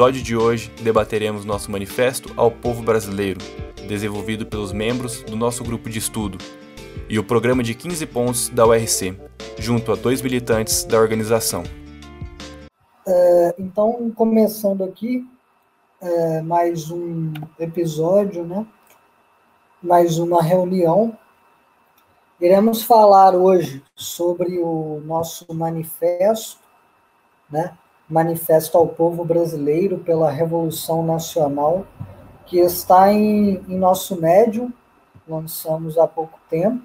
episódio de hoje, debateremos nosso manifesto ao povo brasileiro, desenvolvido pelos membros do nosso grupo de estudo, e o programa de 15 pontos da URC, junto a 2 militantes da organização. Então, começando aqui, mais um episódio, né? Mais uma reunião. Iremos falar hoje sobre o nosso manifesto, né? Manifesto ao Povo Brasileiro pela Revolução Nacional, que está em nosso Medium, lançamos há pouco tempo.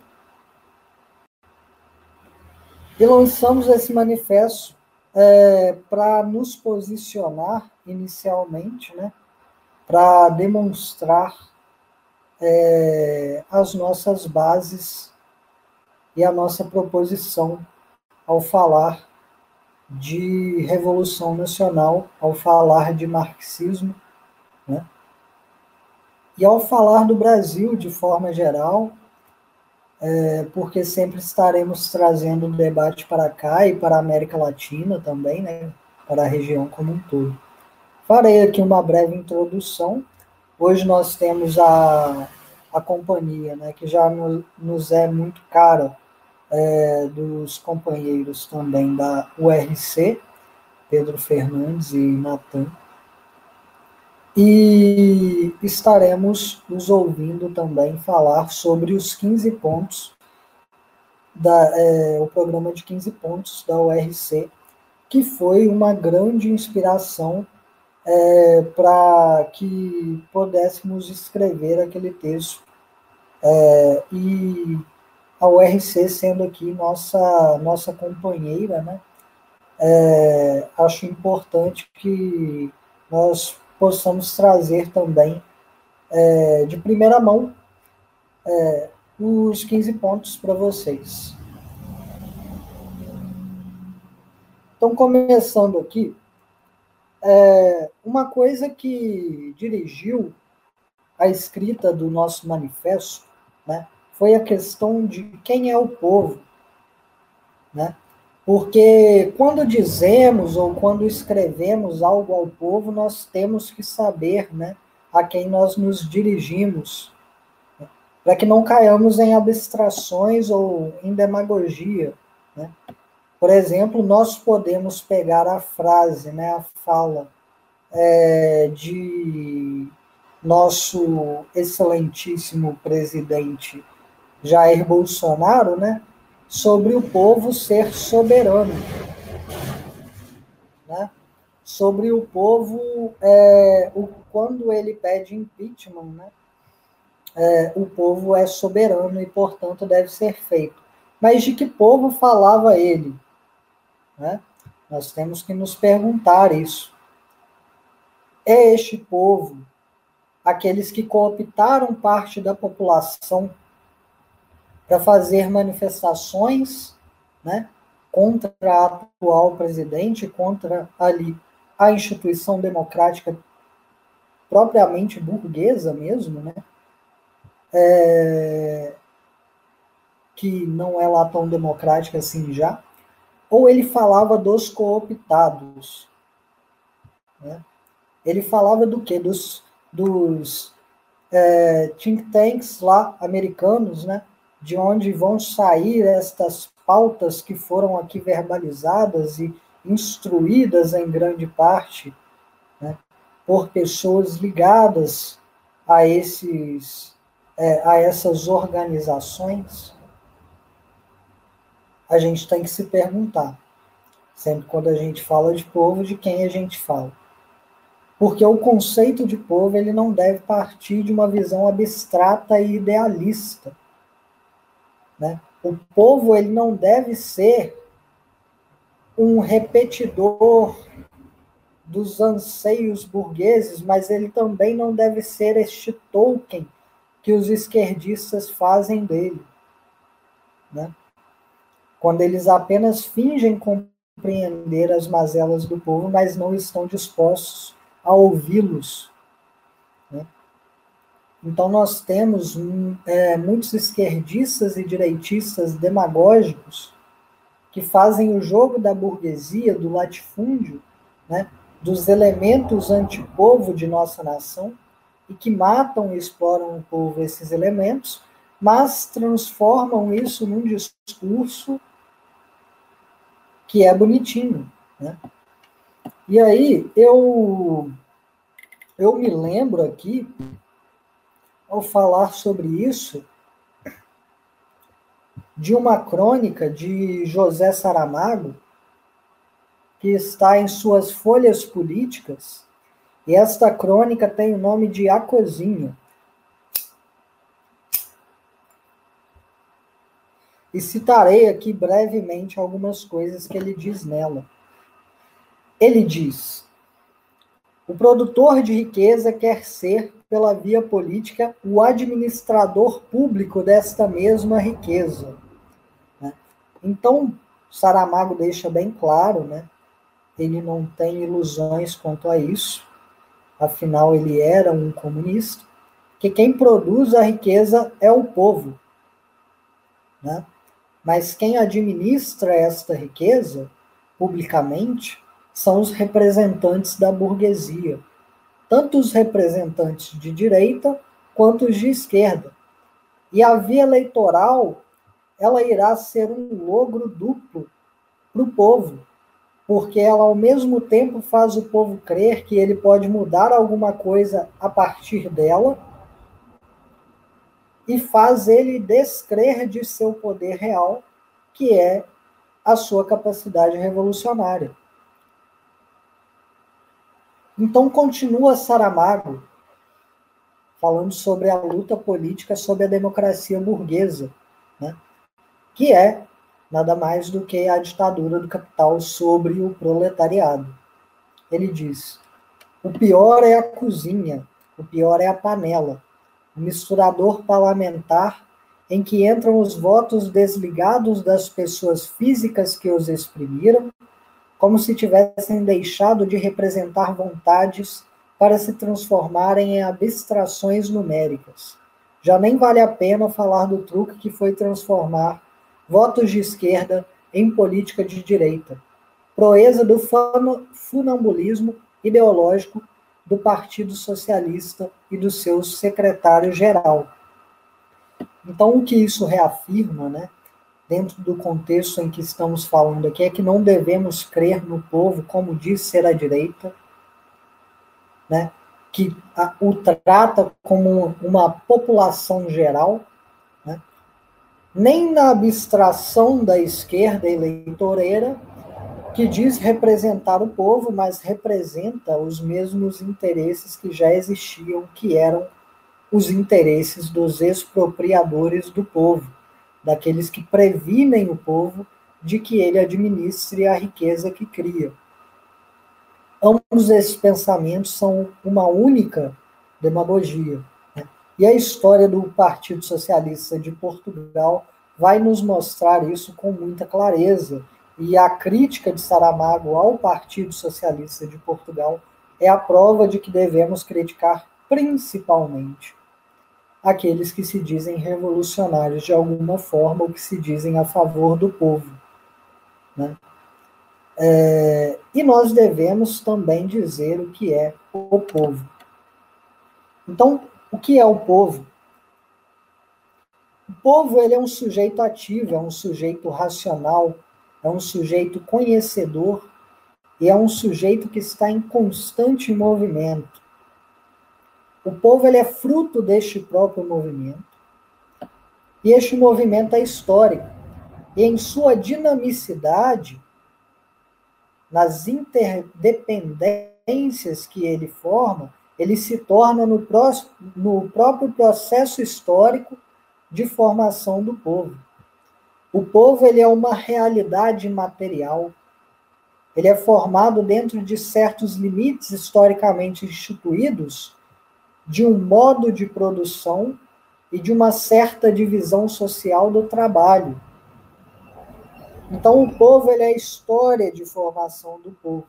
E lançamos esse manifesto para nos posicionar inicialmente, né? Para demonstrar as nossas bases e a nossa proposição ao falar de Revolução Nacional, ao falar de marxismo, né? E ao falar do Brasil de forma geral, porque sempre estaremos trazendo o debate para cá e para a América Latina também, né? Para a região como um todo. Farei aqui uma breve introdução. Hoje nós temos a companhia, né, que já nos é muito cara, dos companheiros também da URC, Pedro Fernandes e Natan. E estaremos nos ouvindo também falar sobre os 15 pontos, o programa de 15 pontos da URC, que foi uma grande inspiração para que pudéssemos escrever aquele texto. E a URC sendo aqui nossa companheira, né? Acho importante que nós possamos trazer também, de primeira mão, os 15 pontos para vocês. Então, começando aqui, uma coisa que dirigiu a escrita do nosso manifesto, né, foi a questão de quem é o povo, né? Porque quando dizemos ou quando escrevemos algo ao povo, nós temos que saber, né, a quem nós nos dirigimos, né, para que não caiamos em abstrações ou em demagogia, né? Por exemplo, nós podemos pegar a frase, né, a fala de nosso excelentíssimo presidente Jair Bolsonaro, né, sobre o povo ser soberano, né, sobre o povo, quando ele pede impeachment, né, o povo é soberano e, portanto, deve ser feito. Mas de que povo falava ele? Né? Nós temos que nos perguntar isso. É este povo aqueles que cooptaram parte da população para fazer manifestações, né, contra a atual presidente, contra ali a instituição democrática propriamente burguesa mesmo, né, que não é lá tão democrática assim já, ou ele falava dos cooptados, né? Ele falava do quê? Dos think tanks lá americanos, né, de onde vão sair estas pautas que foram aqui verbalizadas e instruídas em grande parte, né, por pessoas ligadas a essas organizações. A gente tem que se perguntar, sempre quando a gente fala de povo, de quem a gente fala. Porque o conceito de povo ele não deve partir de uma visão abstrata e idealista, né? O povo ele não deve ser um repetidor dos anseios burgueses, mas ele também não deve ser este Tolkien que os esquerdistas fazem dele, né? Quando eles apenas fingem compreender as mazelas do povo, mas não estão dispostos a ouvi-los, né? Então nós temos muitos esquerdistas e direitistas demagógicos que fazem o jogo da burguesia, do latifúndio, né, dos elementos antipovo de nossa nação, e que matam e exploram o povo esses elementos, mas transformam isso num discurso que é bonitinho, né? E aí, eu me lembro aqui, ao falar sobre isso, de uma crônica de José Saramago, que está em suas Folhas Políticas, e esta crônica tem o nome de A Cozinha. E citarei aqui brevemente algumas coisas que ele diz nela. Ele diz: o produtor de riqueza quer ser, pela via política, o administrador público desta mesma riqueza. Né? Então, Saramago deixa bem claro, né? Ele não tem ilusões quanto a isso, afinal ele era um comunista, que quem produz a riqueza é o povo, né? Mas quem administra esta riqueza, publicamente, são os representantes da burguesia, tanto os representantes de direita quanto os de esquerda. E a via eleitoral, ela irá ser um logro duplo para o povo, porque ela, ao mesmo tempo, faz o povo crer que ele pode mudar alguma coisa a partir dela, e faz ele descrer de seu poder real, que é a sua capacidade revolucionária. Então, continua Saramago falando sobre a luta política sobre a democracia burguesa, né? Que é nada mais do que a ditadura do capital sobre o proletariado. Ele diz: o pior é a cozinha, o pior é a panela, o misturador parlamentar em que entram os votos desligados das pessoas físicas que os exprimiram, como se tivessem deixado de representar vontades para se transformarem em abstrações numéricas. Já nem vale a pena falar do truque que foi transformar votos de esquerda em política de direita, proeza do funambulismo ideológico do Partido Socialista e do seu secretário-geral. Então, o que isso reafirma, né, dentro do contexto em que estamos falando aqui, é que não devemos crer no povo, como diz ser a direita, né, que o trata como uma população geral, né, nem na abstração da esquerda eleitoreira, que diz representar o povo, mas representa os mesmos interesses que já existiam, que eram os interesses dos expropriadores do povo, daqueles que previnem o povo de que ele administre a riqueza que cria. Ambos esses pensamentos são uma única demagogia, né? E a história do Partido Socialista de Portugal vai nos mostrar isso com muita clareza. E a crítica de Saramago ao Partido Socialista de Portugal é a prova de que devemos criticar principalmente aqueles que se dizem revolucionários de alguma forma ou que se dizem a favor do povo, né? E nós devemos também dizer o que é o povo. Então, o que é o povo? O povo, ele é um sujeito ativo, é um sujeito racional, é um sujeito conhecedor e é um sujeito que está em constante movimento. O povo, ele é fruto deste próprio movimento, e este movimento é histórico. E em sua dinamicidade, nas interdependências que ele forma, ele se torna no próprio processo histórico de formação do povo. O povo, ele é uma realidade material. Ele é formado dentro de certos limites historicamente instituídos, de um modo de produção e de uma certa divisão social do trabalho. Então, o povo, ele é a história de formação do povo.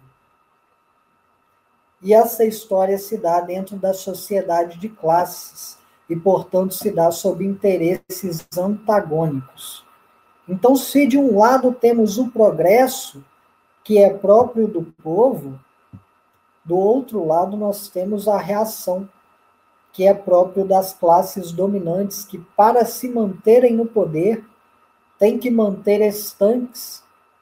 E essa história se dá dentro da sociedade de classes e, portanto, se dá sob interesses antagônicos. Então, se de um lado temos o progresso, que é próprio do povo, do outro lado, nós temos a reação, que é próprio das classes dominantes, que, para se manterem no poder, têm que manter estanques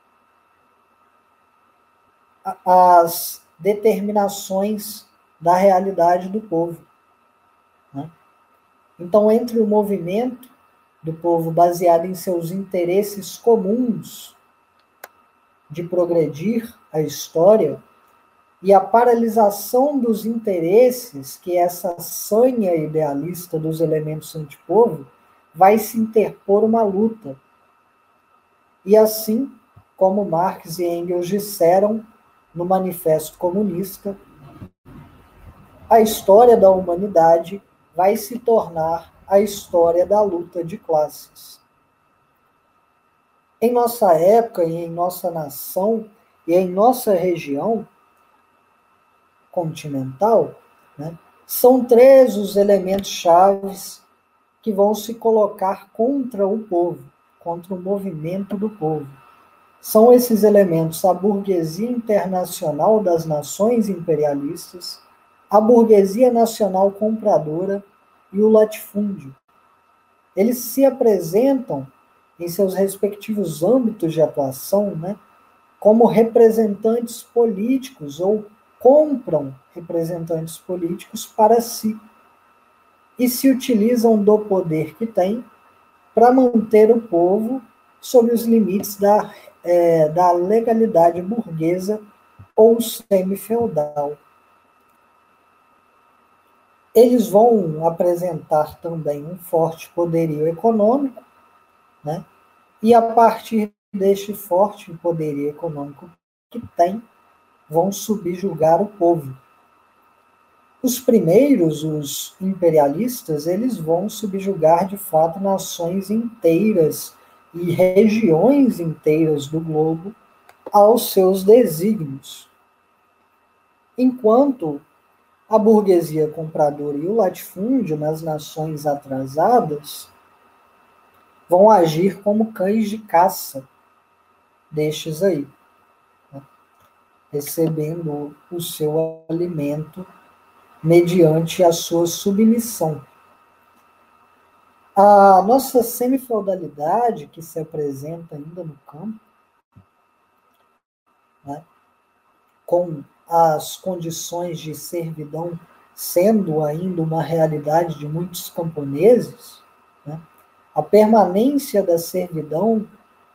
as determinações da realidade do povo, né? Então, entre o movimento do povo baseado em seus interesses comuns de progredir a história e a paralisação dos interesses, que essa sanha idealista dos elementos antipovo, vai se interpor uma luta. E assim, como Marx e Engels disseram no Manifesto Comunista, a história da humanidade vai se tornar a história da luta de classes. Em nossa época, e em nossa nação, e em nossa região continental, né, são 3 os elementos chaves que vão se colocar contra o povo, contra o movimento do povo. São esses elementos a burguesia internacional das nações imperialistas, a burguesia nacional compradora e o latifúndio. Eles se apresentam em seus respectivos âmbitos de atuação, né, como representantes políticos ou compram representantes políticos para si e se utilizam do poder que têm para manter o povo sob os limites da legalidade burguesa ou semi-feudal. Eles vão apresentar também um forte poderio econômico, né? E a partir deste forte poderio econômico que tem, vão subjugar o povo. Os primeiros, os imperialistas, eles vão subjugar de fato nações inteiras e regiões inteiras do globo aos seus desígnios. Enquanto a burguesia compradora e o latifúndio nas nações atrasadas vão agir como cães de caça destes aí, né, recebendo o seu alimento mediante a sua submissão. A nossa semifeudalidade, que se apresenta ainda no campo, né, com as condições de servidão sendo ainda uma realidade de muitos camponeses, né, a permanência da servidão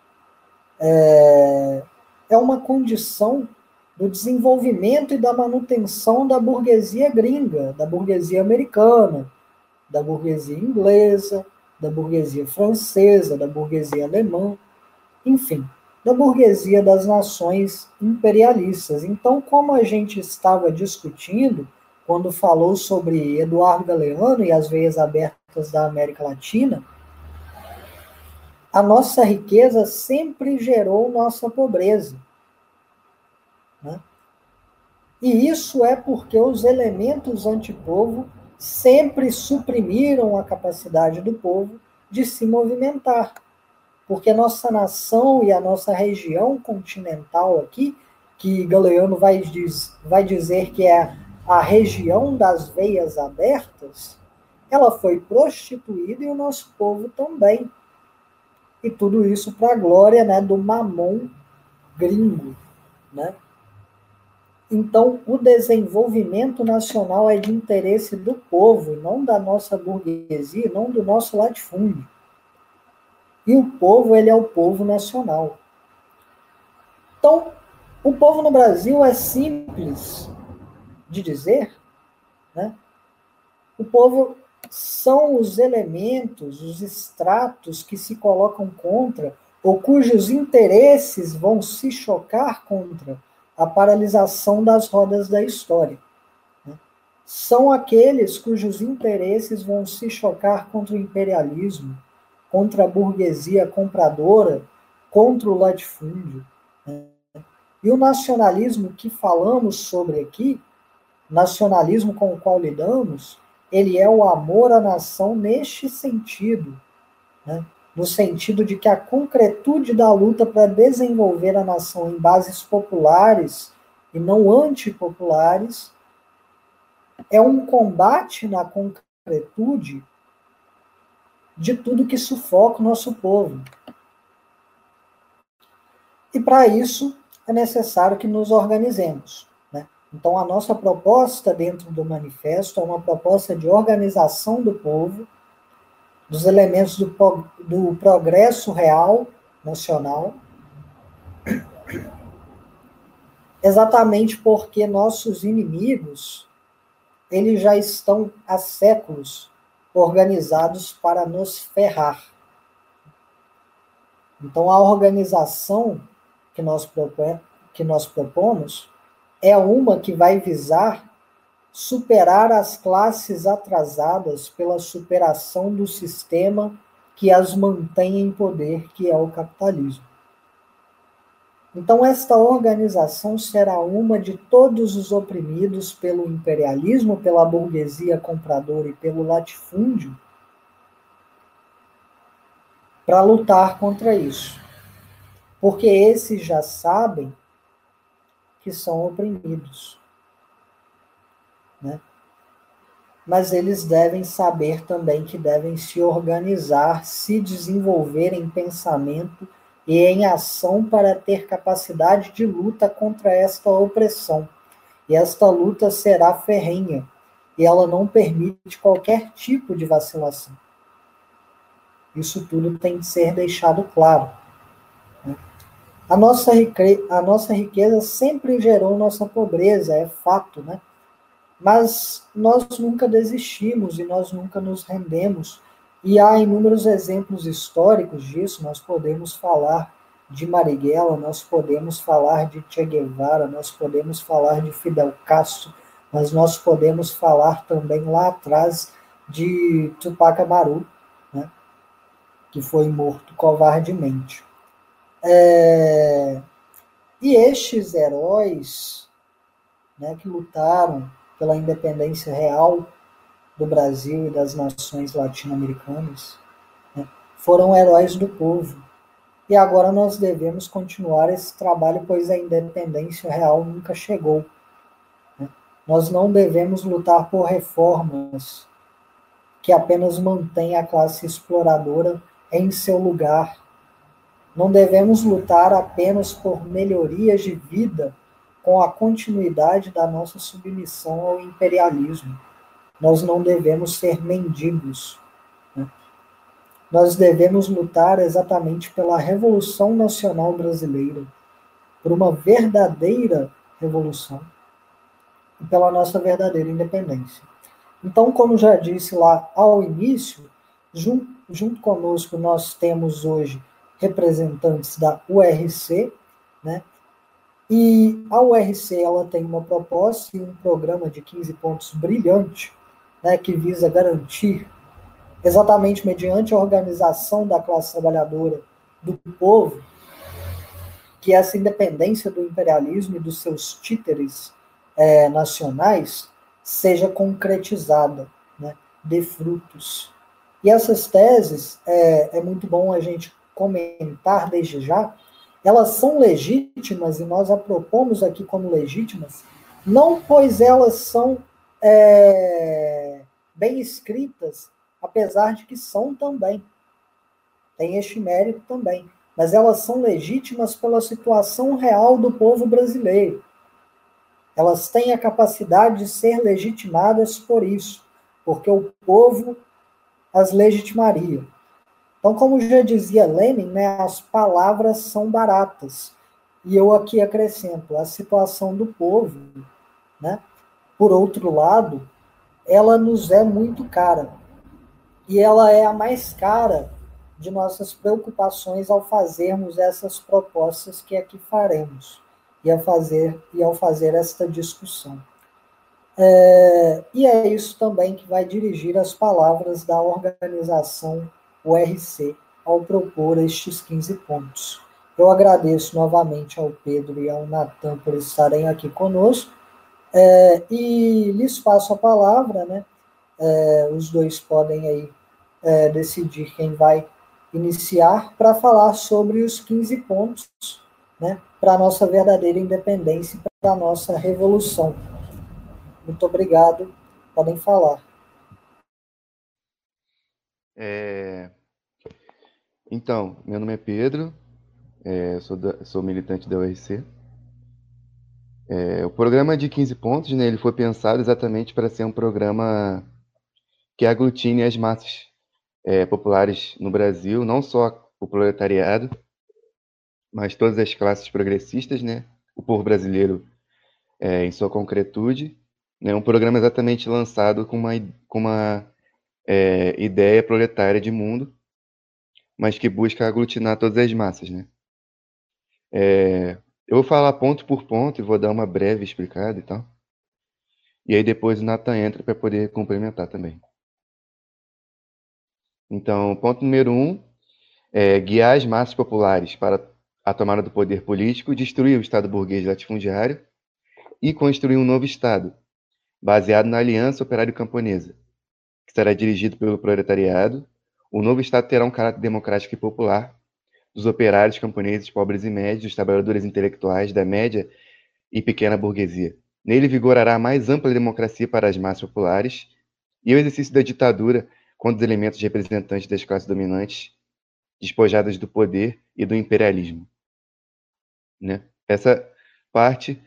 é uma condição do desenvolvimento e da manutenção da burguesia gringa, da burguesia americana, da burguesia inglesa, da burguesia francesa, da burguesia alemã, enfim, da burguesia das nações imperialistas. Então, como a gente estava discutindo quando falou sobre Eduardo Galeano e as veias abertas da América Latina, a nossa riqueza sempre gerou nossa pobreza, né? E isso é porque os elementos antipovo sempre suprimiram a capacidade do povo de se movimentar. Porque nossa nação e a nossa região continental aqui, que Galeano vai dizer que é a região das veias abertas, ela foi prostituída e o nosso povo também. E tudo isso para a glória, né, do mamon gringo, né? Então, o desenvolvimento nacional é de interesse do povo, não da nossa burguesia, não do nosso latifúndio. E o povo, ele é o povo nacional. Então, o povo no Brasil é simples de dizer, né? O povo são os elementos, os estratos que se colocam contra, ou cujos interesses vão se chocar contra a paralisação das rodas da história, né? São aqueles cujos interesses vão se chocar contra o imperialismo, contra a burguesia compradora, contra o latifúndio, né? E o nacionalismo que falamos sobre aqui, nacionalismo com o qual lidamos, ele é o amor à nação neste sentido, né? No sentido de que a concretude da luta para desenvolver a nação em bases populares e não antipopulares, é um combate na concretude de tudo que sufoca o nosso povo. E para isso é necessário que nos organizemos, né? Então a nossa proposta dentro do manifesto é uma proposta de organização do povo, dos elementos do progresso real, nacional, exatamente porque nossos inimigos, eles já estão há séculos organizados para nos ferrar. Então, a organização que nós propomos é uma que vai visar superar as classes atrasadas pela superação do sistema que as mantém em poder, que é o capitalismo. Então, esta organização será uma de todos os oprimidos pelo imperialismo, pela burguesia compradora e pelo latifúndio, para lutar contra isso. Porque esses já sabem que são oprimidos, né? Mas eles devem saber também que devem se organizar, se desenvolver em pensamento e em ação para ter capacidade de luta contra esta opressão. E esta luta será ferrenha, e ela não permite qualquer tipo de vacilação. Isso tudo tem que ser deixado claro. A nossa riqueza sempre gerou nossa pobreza, é fato, né? Mas nós nunca desistimos e nós nunca nos rendemos. E há inúmeros exemplos históricos disso. Nós podemos falar de Marighella, nós podemos falar de Che Guevara, nós podemos falar de Fidel Castro, mas nós podemos falar também lá atrás de Tupac Amaru, né, que foi morto covardemente. E estes heróis, né, que lutaram pela independência real do Brasil e das nações latino-americanas, né, foram heróis do povo. E agora nós devemos continuar esse trabalho, pois a independência real nunca chegou, né? Nós não devemos lutar por reformas que apenas mantêm a classe exploradora em seu lugar. Não devemos lutar apenas por melhorias de vida com a continuidade da nossa submissão ao imperialismo. Nós não devemos ser mendigos, né? Nós devemos lutar exatamente pela Revolução Nacional Brasileira, por uma verdadeira revolução e pela nossa verdadeira independência. Então, como já disse lá ao início, junto conosco nós temos hoje representantes da URC, né? E a URC ela tem uma proposta e um programa de 15 pontos brilhante, né, que visa garantir, exatamente mediante a organização da classe trabalhadora, do povo, que essa independência do imperialismo e dos seus títeres nacionais seja concretizada, né, dê frutos. E essas teses, é muito bom a gente comentar desde já, elas são legítimas, e nós a propomos aqui como legítimas, não pois elas são bem escritas, apesar de que são também. Tem este mérito também. Mas elas são legítimas pela situação real do povo brasileiro. Elas têm a capacidade de ser legitimadas por isso, porque o povo as legitimaria. Então, como já dizia Lenin, né, as palavras são baratas. E eu aqui acrescento, a situação do povo, né, por outro lado, ela nos é muito cara. E ela é a mais cara de nossas preocupações ao fazermos essas propostas que aqui faremos, e ao fazer esta discussão. E é isso também que vai dirigir as palavras da organização URC ao propor estes 15 pontos. Eu agradeço novamente ao Pedro e ao Natan por estarem aqui conosco, e lhes passo a palavra, né? Os dois podem aí decidir quem vai iniciar para falar sobre os 15 pontos, né, para a nossa verdadeira independência e para a nossa revolução. Muito obrigado. Podem falar. Então, meu nome é Pedro, sou militante da URC. O programa de 15 pontos, né, ele foi pensado exatamente para ser um programa que aglutine as massas populares no Brasil, não só o proletariado, mas todas as classes progressistas, né, o povo brasileiro em sua concretude. É um programa exatamente lançado com uma ideia proletária de mundo, mas que busca aglutinar todas as massas, né? Eu vou falar ponto por ponto e vou dar uma breve explicada e tal. E aí depois o Nathan entra para poder complementar também. Então, ponto número 1 é guiar as massas populares para a tomada do poder político, destruir o Estado burguês latifundiário e construir um novo Estado, baseado na Aliança Operário-Camponesa, que será dirigido pelo proletariado. O novo Estado terá um caráter democrático e popular dos operários, camponeses, pobres e médios, dos trabalhadores intelectuais, da média e pequena burguesia. Nele vigorará a mais ampla democracia para as massas populares e o exercício da ditadura contra os elementos representantes das classes dominantes, despojadas do poder e do imperialismo. Né? Essa parte,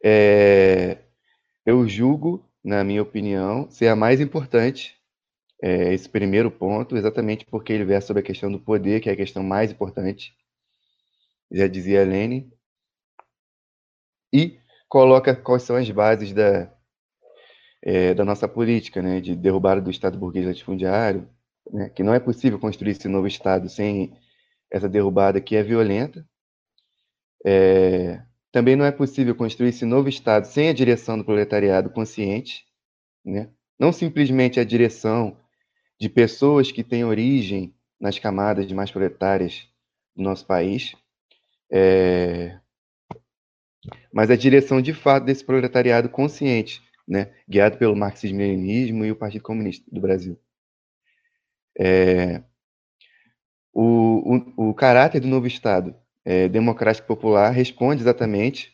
eu julgo, na minha opinião, ser a mais importante, esse primeiro ponto, exatamente porque ele versa sobre a questão do poder, que é a questão mais importante, já dizia Lenin, e coloca quais são as bases da nossa política, né, de derrubada do Estado burguês latifundiário, né, que não é possível construir esse novo Estado sem essa derrubada que é violenta. Também não é possível construir esse novo Estado sem a direção do proletariado consciente, né? Não simplesmente a direção de pessoas que têm origem nas camadas mais proletárias do nosso país, mas a direção de fato desse proletariado consciente, né? Guiado pelo marxismo-leninismo e o Partido Comunista do Brasil. O caráter do novo Estado democrático popular responde exatamente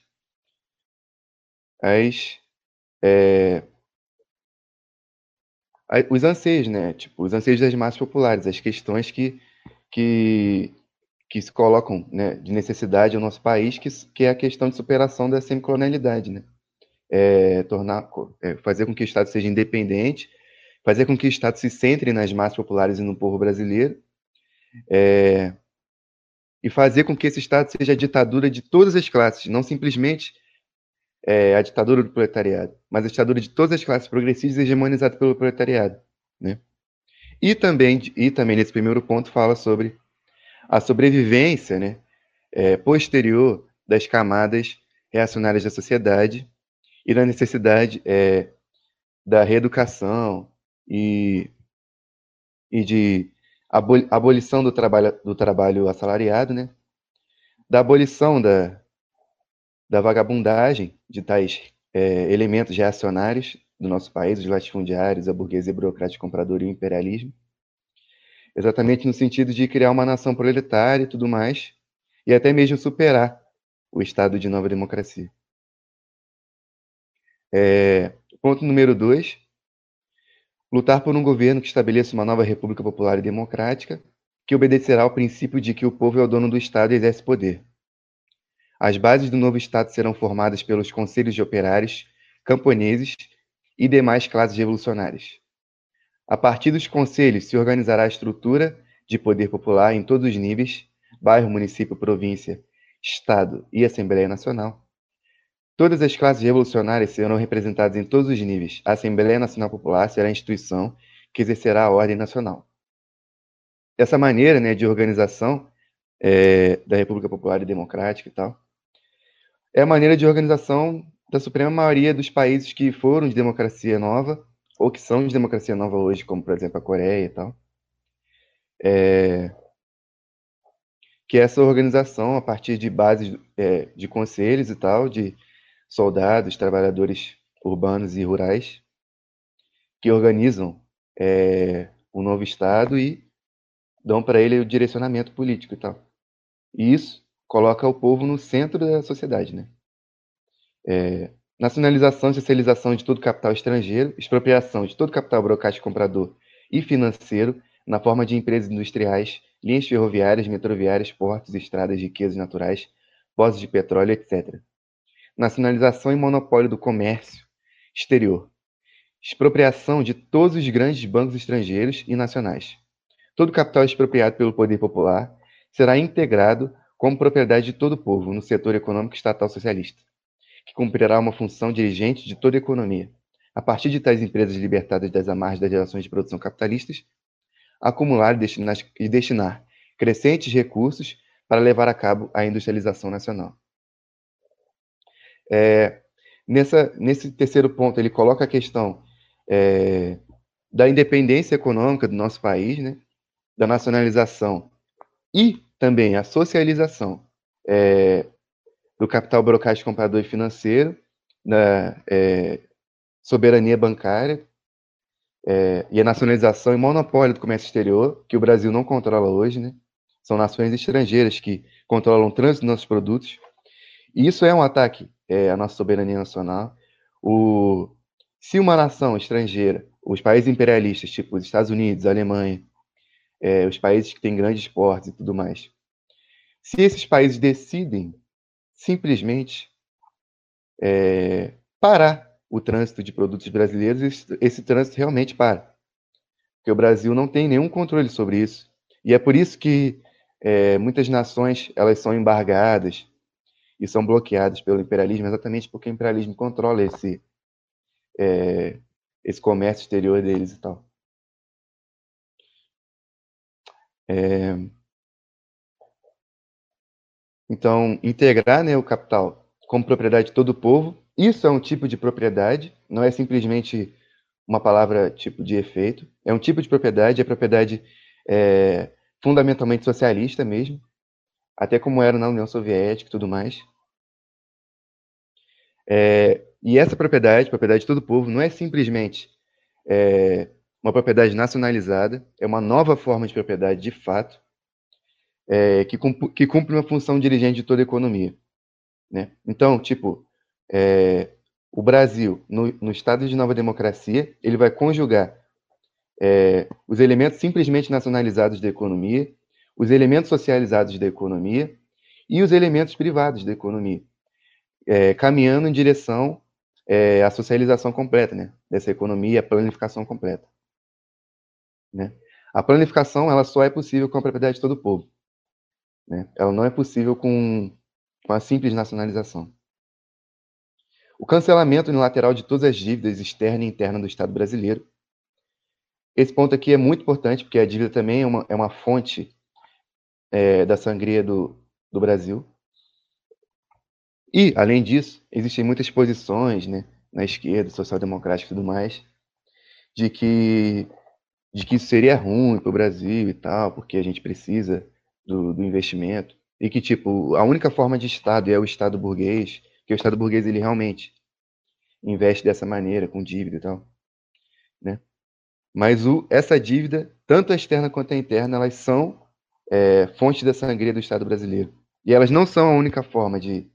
os anseios, né? Tipo, os anseios das massas populares, as questões que se colocam, né, de necessidade ao nosso país, que é a questão de superação da semicolonialidade, né? Fazer com que o Estado seja independente, fazer com que o Estado se centre nas massas populares e no povo brasileiro, e fazer com que esse Estado seja a ditadura de todas as classes, não simplesmente a ditadura do proletariado, mas a ditadura de todas as classes progressistas hegemonizada pelo proletariado, né? E também nesse primeiro ponto fala sobre a sobrevivência, né, posterior das camadas reacionárias da sociedade e da necessidade da reeducação e de abolição do trabalho assalariado, né, da abolição da vagabundagem de tais elementos reacionários do nosso país, os latifundiários, a burguesia burocrática compradora e o imperialismo, exatamente no sentido de criar uma nação proletária e tudo mais, e até mesmo superar o estado de nova democracia. Ponto número 2, lutar por um governo que estabeleça uma nova república popular e democrática, que obedecerá ao princípio de que o povo é o dono do Estado e exerce poder. As bases do novo Estado serão formadas pelos conselhos de operários, camponeses e demais classes revolucionárias. A partir dos conselhos se organizará a estrutura de poder popular em todos os níveis, bairro, município, província, Estado e Assembleia Nacional. Todas as classes revolucionárias serão representadas em todos os níveis. A Assembleia Nacional Popular será a instituição que exercerá a ordem nacional. Dessa maneira, né, de organização da República Popular e Democrática e tal, é a maneira de organização da suprema maioria dos países que foram de democracia nova, ou que são de democracia nova hoje, como, por exemplo, a Coreia e tal. Que é essa organização, a partir de bases de conselhos e tal, de soldados, trabalhadores urbanos e rurais, que organizam o novo Estado e dão para ele o direcionamento político e tal. E isso coloca o povo no centro da sociedade, né? Nacionalização e socialização de todo capital estrangeiro, expropriação de todo capital burocrático comprador e financeiro na forma de empresas industriais, linhas ferroviárias, metroviárias, portos, estradas, riquezas naturais, poços de petróleo, etc. Nacionalização e monopólio do comércio exterior. Expropriação de todos os grandes bancos estrangeiros e nacionais. Todo capital expropriado pelo poder popular será integrado como propriedade de todo o povo no setor econômico estatal socialista, que cumprirá uma função dirigente de toda a economia, a partir de tais empresas libertadas das amarras das relações de produção capitalistas, acumular e destinar crescentes recursos para levar a cabo a industrialização nacional. Nesse terceiro ponto, ele coloca a questão da independência econômica do nosso país, né, da nacionalização e também a socialização do capital burocrático comprador e financeiro, da soberania bancária e a nacionalização e monopólio do comércio exterior, que o Brasil não controla hoje, né? São nações estrangeiras que controlam o trânsito dos nossos produtos. E isso é um ataque à nossa soberania nacional. Se uma nação estrangeira, os países imperialistas, tipo os Estados Unidos, a Alemanha, os países que têm grandes portos e tudo mais, se esses países decidem simplesmente parar o trânsito de produtos brasileiros, esse trânsito realmente para. Porque o Brasil não tem nenhum controle sobre isso. E é por isso que muitas nações elas são embargadas e são bloqueadas pelo imperialismo, exatamente porque o imperialismo controla esse comércio exterior deles e tal. Então, integrar, né, o capital como propriedade de todo o povo, isso é um tipo de propriedade, não é simplesmente uma palavra tipo de efeito, é um tipo de propriedade, é propriedade fundamentalmente socialista mesmo, até como era na União Soviética e tudo mais. E essa propriedade de todo o povo, não é simplesmente uma propriedade nacionalizada, é uma nova forma de propriedade de fato, que cumpre uma função dirigente de toda a economia, né? Então, tipo, o Brasil, no estado de nova democracia, ele vai conjugar os elementos simplesmente nacionalizados da economia, os elementos socializados da economia e os elementos privados da economia, caminhando em direção à socialização completa, né, dessa economia, a planificação completa, né? A planificação ela só é possível com a propriedade de todo o povo, né? Ela não é possível com a simples nacionalização. O cancelamento unilateral de todas as dívidas externa e interna do Estado brasileiro. Esse ponto aqui é muito importante, porque a dívida também é uma fonte da sangria do Brasil. E, além disso, existem muitas posições, né, na esquerda, social-democrática e tudo mais, de que isso seria ruim para o Brasil e tal, porque a gente precisa do investimento. E que, tipo, a única forma de Estado é o Estado burguês, que o Estado burguês, ele realmente investe dessa maneira, com dívida e tal, né? Mas essa dívida, tanto a externa quanto a interna, elas são fonte da sangria do Estado brasileiro. E elas não são a única forma de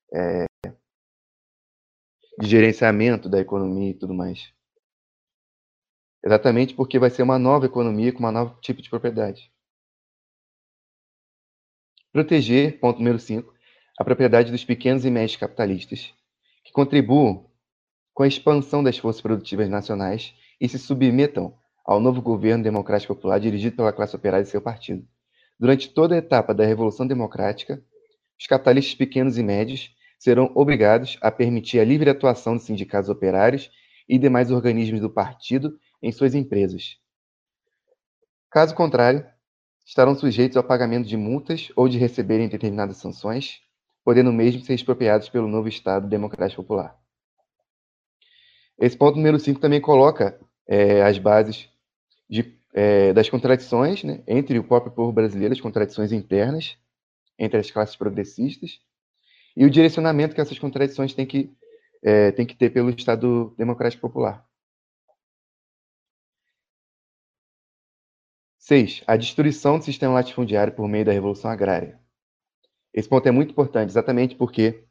gerenciamento da economia e tudo mais. Exatamente porque vai ser uma nova economia com um novo tipo de propriedade. Proteger, ponto número 5, a propriedade dos pequenos e médios capitalistas, que contribuam com a expansão das forças produtivas nacionais e se submetam ao novo governo democrático popular dirigido pela classe operária e seu partido. Durante toda a etapa da Revolução Democrática, os capitalistas pequenos e médios serão obrigados a permitir a livre atuação dos sindicatos operários e demais organismos do partido em suas empresas. Caso contrário, estarão sujeitos ao pagamento de multas ou de receberem determinadas sanções, podendo mesmo ser expropriados pelo novo Estado Democrático Popular. Esse ponto número 5 também coloca as bases das contradições, né, entre o próprio povo brasileiro, as contradições internas entre as classes progressistas, e o direcionamento que essas contradições têm que ter pelo Estado Democrático Popular. 6. A destruição do sistema latifundiário por meio da Revolução Agrária. Esse ponto é muito importante, exatamente porque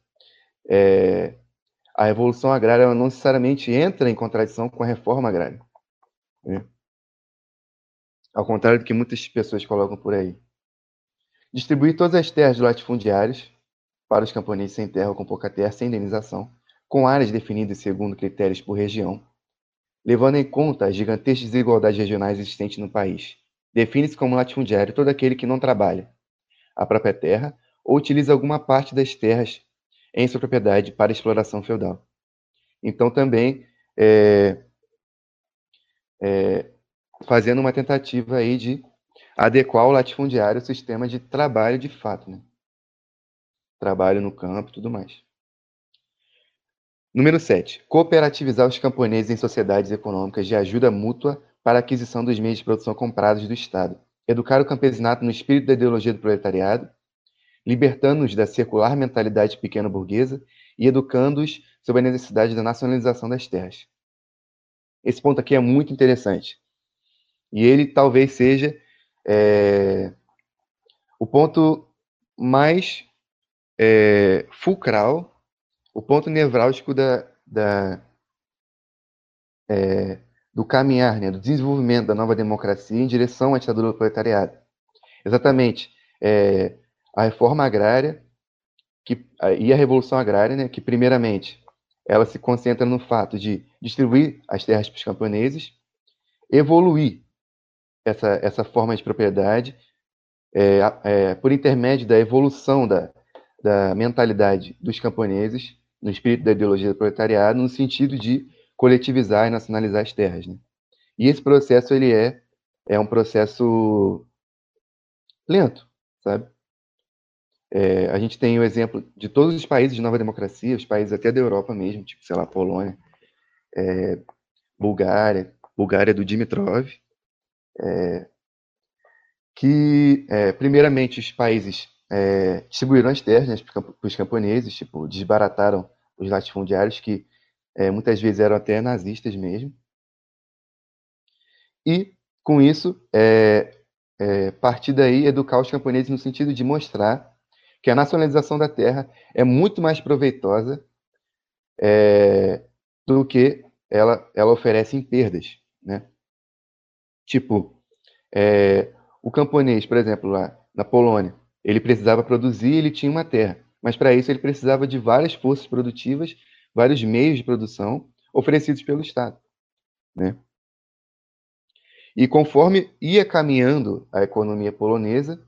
a Revolução Agrária não necessariamente entra em contradição com a Reforma Agrária, né? Ao contrário do que muitas pessoas colocam por aí. Distribuir todas as terras de latifundiários para os camponeses sem terra ou com pouca terra, sem indenização, com áreas definidas segundo critérios por região, levando em conta as gigantescas desigualdades regionais existentes no país. Define-se como latifundiário todo aquele que não trabalha a própria terra ou utiliza alguma parte das terras em sua propriedade para exploração feudal. Então, também fazendo uma tentativa aí de adequar o latifundiário ao sistema de trabalho de fato, né? Trabalho no campo e tudo mais. Número 7. Cooperativizar os camponeses em sociedades econômicas de ajuda mútua para a aquisição dos meios de produção comprados do Estado. Educar o campesinato no espírito da ideologia do proletariado, libertando-os da circular mentalidade pequeno-burguesa e educando-os sobre a necessidade da nacionalização das terras. Esse ponto aqui é muito interessante. E ele talvez seja o ponto mais fulcral, o ponto nevrálgico do caminhar, né, do desenvolvimento da nova democracia em direção à ditadura do proletariado. Exatamente. A reforma agrária e a revolução agrária, né, que primeiramente ela se concentra no fato de distribuir as terras para os camponeses, evoluir essa forma de propriedade por intermédio da evolução da mentalidade dos camponeses, no espírito da ideologia do proletariado, no sentido de coletivizar e nacionalizar as terras, né? E esse processo ele é um processo lento, sabe? A gente tem o exemplo de todos os países de nova democracia, os países até da Europa mesmo, tipo, sei lá, Polônia, Bulgária do Dimitrov, que, primeiramente, os países distribuíram as terras, né, para os camponeses, tipo, desbarataram os latifundiários, que muitas vezes eram até nazistas mesmo. E, com isso, partir daí, educar os camponeses no sentido de mostrar que a nacionalização da terra é muito mais proveitosa do que ela oferece em perdas, né? Tipo, o camponês, por exemplo, lá na Polônia, ele precisava produzir, ele tinha uma terra, mas para isso ele precisava de várias forças produtivas, vários meios de produção oferecidos pelo Estado, né? E conforme ia caminhando a economia polonesa,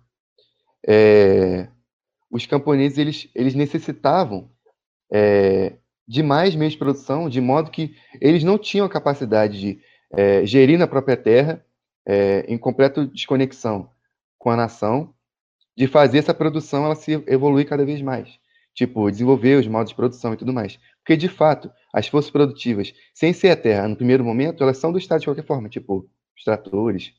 os camponeses eles necessitavam de mais meios de produção, de modo que eles não tinham a capacidade de gerir na própria terra, em completa desconexão com a nação, de fazer essa produção ela se evoluir cada vez mais. Tipo, desenvolver os modos de produção e tudo mais. Porque, de fato, as forças produtivas, sem ser a terra, no primeiro momento, elas são do Estado de qualquer forma. Tipo, os tratores.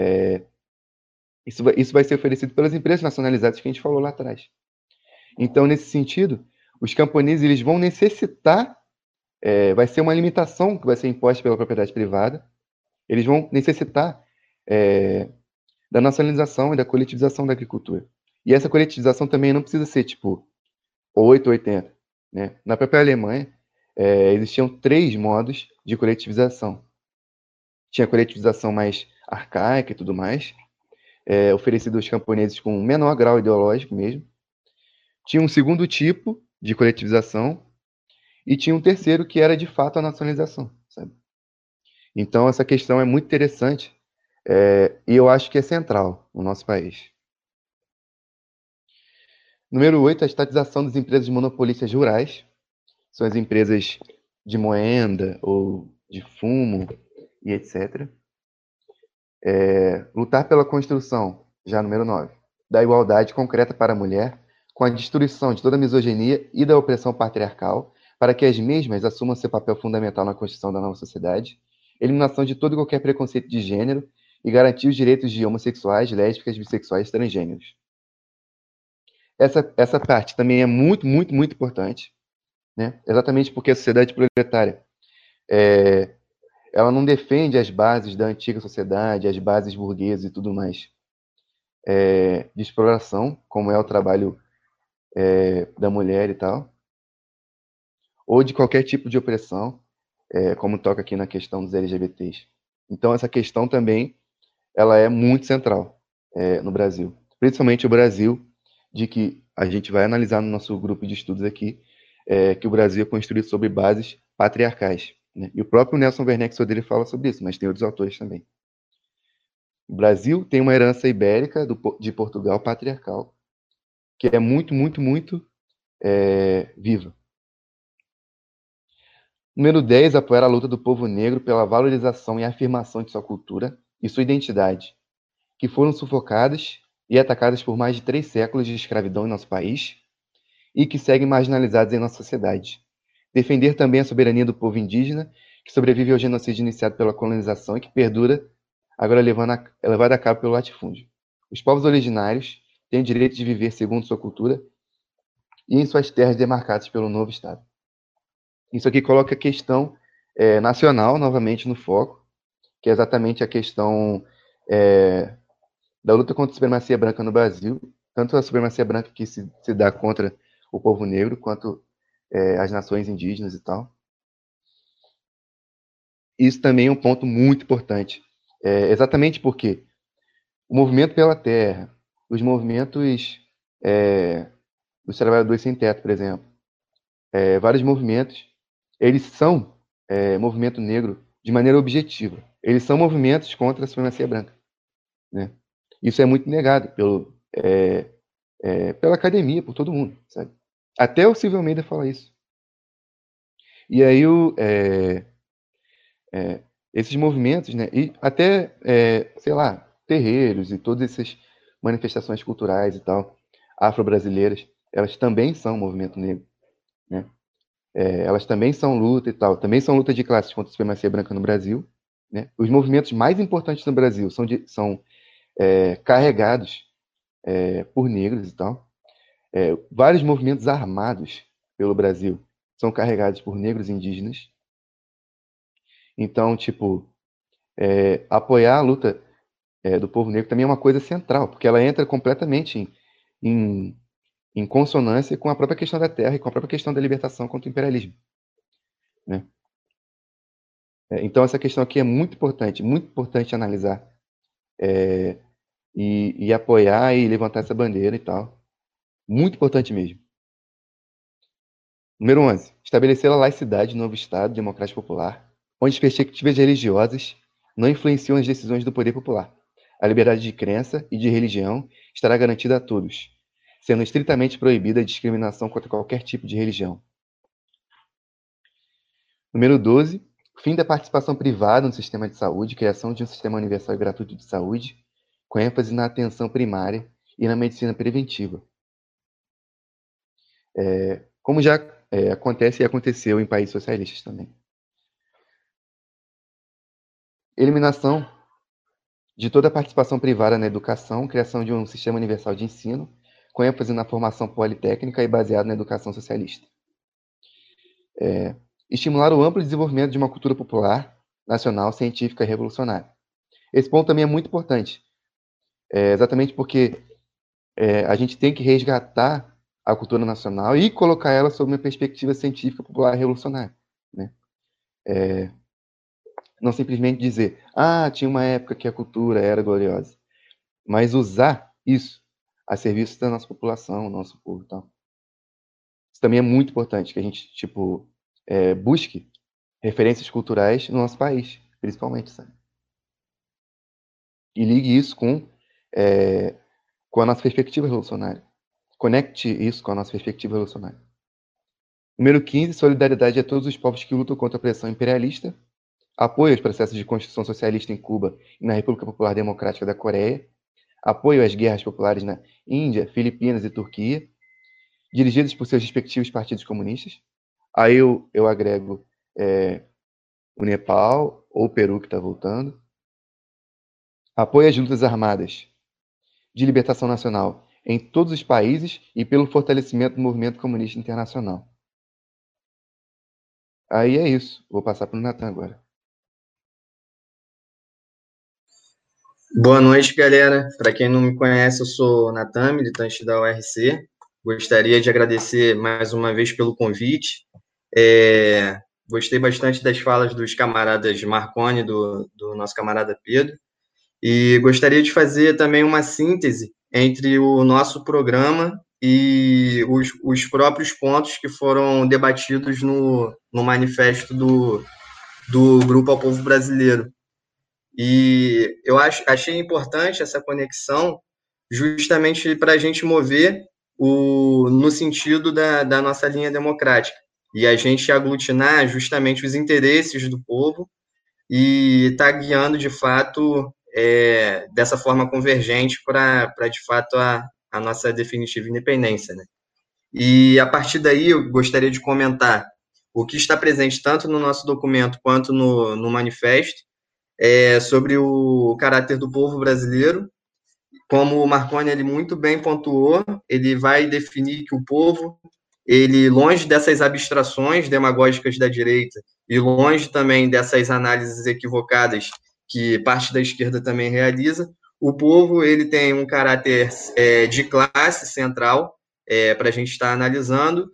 Isso vai ser oferecido pelas empresas nacionalizadas que a gente falou lá atrás. Então, nesse sentido, os camponeses eles vão necessitar, vai ser uma limitação que vai ser imposta pela propriedade privada, eles vão necessitar da nacionalização e da coletivização da agricultura. E essa coletivização também não precisa ser, tipo, 8 ou 80. Né? Na própria Alemanha, existiam 3 modos de coletivização. Tinha a coletivização mais arcaica e tudo mais, oferecida aos camponeses com um menor grau ideológico mesmo. Tinha um segundo tipo de coletivização e tinha um terceiro que era, de fato, a nacionalização, sabe? Então, essa questão é muito interessante e eu acho que é central no nosso país. Número 8, a estatização das empresas monopolistas rurais. São as empresas de moenda ou de fumo e etc. Lutar pela construção, já número 9, da igualdade concreta para a mulher, com a destruição de toda a misoginia e da opressão patriarcal, para que as mesmas assumam seu papel fundamental na construção da nova sociedade, eliminação de todo e qualquer preconceito de gênero e garantir os direitos de homossexuais, lésbicas, bissexuais e transgêneros. Essa parte também é muito, muito, muito importante, né? Exatamente porque a sociedade proletária ela não defende as bases da antiga sociedade, as bases burguesas e tudo mais, de exploração, como é o trabalho da mulher e tal, ou de qualquer tipo de opressão, como toca aqui na questão dos LGBTs. Então, essa questão também ela é muito central no Brasil. Principalmente o Brasil, de que a gente vai analisar no nosso grupo de estudos aqui, que o Brasil é construído sobre bases patriarcais. Né? E o próprio Nelson Werneck Sodré fala sobre isso, mas tem outros autores também. O Brasil tem uma herança ibérica de Portugal patriarcal, que é muito, muito, muito viva. Número 10, apoiar a luta do povo negro pela valorização e afirmação de sua cultura e sua identidade, que foram sufocadas e atacadas por mais de 3 séculos de escravidão em nosso país e que seguem marginalizadas em nossa sociedade. Defender também a soberania do povo indígena, que sobrevive ao genocídio iniciado pela colonização e que perdura, agora levado a cabo pelo latifúndio. Os povos originários têm o direito de viver segundo sua cultura e em suas terras demarcadas pelo novo Estado. Isso aqui coloca a questão nacional novamente no foco, que é exatamente a questão da luta contra a supremacia branca no Brasil, tanto a supremacia branca que se dá contra o povo negro, quanto as nações indígenas e tal. Isso também é um ponto muito importante, exatamente porque o movimento pela terra, os movimentos dos trabalhadores sem teto, por exemplo, vários movimentos, eles são movimento negro de maneira objetiva. Eles são movimentos contra a supremacia branca. Né? Isso é muito negado pela academia, por todo mundo, sabe? Até o Silvio Almeida fala isso. E aí esses movimentos, né, e até, sei lá, terreiros e todas essas manifestações culturais e tal, afro-brasileiras, elas também são movimento negro, né? Elas também são luta e tal, também são luta de classes contra a supremacia branca no Brasil, né? Os movimentos mais importantes no Brasil são carregados por negros e tal. Vários movimentos armados pelo Brasil são carregados por negros indígenas. Então, tipo, apoiar a luta do povo negro também é uma coisa central, porque ela entra completamente em consonância com a própria questão da terra e com a própria questão da libertação contra o imperialismo. Né? Então, essa questão aqui é muito importante analisar e apoiar e levantar essa bandeira e tal. Muito importante mesmo. Número 11. Estabelecer a laicidade no novo Estado democrático popular, onde as perspectivas religiosas não influenciam as decisões do poder popular. A liberdade de crença e de religião estará garantida a todos, sendo estritamente proibida a discriminação contra qualquer tipo de religião. Número 12. Fim da participação privada no sistema de saúde, criação de um sistema universal e gratuito de saúde, com ênfase na atenção primária e na medicina preventiva. Como já acontece e aconteceu em países socialistas também. Eliminação de toda a participação privada na educação, criação de um sistema universal de ensino, com ênfase na formação politécnica e baseado na educação socialista. Estimular o amplo desenvolvimento de uma cultura popular, nacional, científica e revolucionária. Esse ponto também é muito importante, exatamente porque a gente tem que resgatar a cultura nacional e colocar ela sob uma perspectiva científica, popular e revolucionária. Né? Não simplesmente dizer, tinha uma época que a cultura era gloriosa, mas usar isso a serviço da nossa população, do nosso povo e tal. Isso também é muito importante, que a gente, busque referências culturais no nosso país, principalmente, sabe? E ligue isso com a nossa perspectiva revolucionária. Conecte isso com a nossa perspectiva revolucionária. Número 15, solidariedade a todos os povos que lutam contra a pressão imperialista, apoio aos processos de construção socialista em Cuba e na República Popular Democrática da Coreia, apoio às guerras populares na Índia, Filipinas e Turquia, dirigidas por seus respectivos partidos comunistas. Aí eu agrego o Nepal ou o Peru, que está voltando. Apoio às lutas armadas de libertação nacional em todos os países e pelo fortalecimento do movimento comunista internacional. Aí é isso. Vou passar para o Natan agora. Boa noite, galera. Para quem não me conhece, eu sou Natan, militante da URC, Gostaria de agradecer mais uma vez pelo convite. Gostei bastante das falas dos camaradas Marconi, do nosso camarada Pedro, e gostaria de fazer também uma síntese entre o nosso programa e os próprios pontos que foram debatidos no manifesto do Grupo ao Povo Brasileiro. E eu achei importante essa conexão justamente para a gente mover no sentido da nossa linha democrática e a gente aglutinar justamente os interesses do povo e estar guiando, de fato, dessa forma convergente para de fato, a nossa definitiva independência, né? E, a partir daí, eu gostaria de comentar o que está presente tanto no nosso documento quanto no manifesto, sobre o caráter do povo brasileiro. Como o Marconi ele muito bem pontuou, ele vai definir que o povo, ele, longe dessas abstrações demagógicas da direita e longe também dessas análises equivocadas que parte da esquerda também realiza, o povo ele tem um caráter de classe central para a gente estar analisando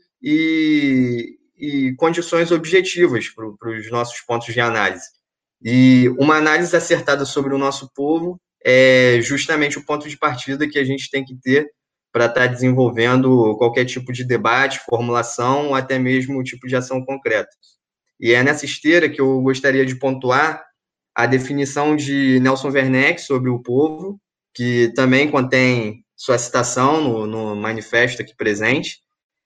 e condições objetivas para os nossos pontos de análise. E uma análise acertada sobre o nosso povo é justamente o ponto de partida que a gente tem que ter para estar desenvolvendo qualquer tipo de debate, formulação, ou até mesmo tipo de ação concreta. E é nessa esteira que eu gostaria de pontuar a definição de Nelson Werneck sobre o povo, que também contém sua citação no manifesto aqui presente,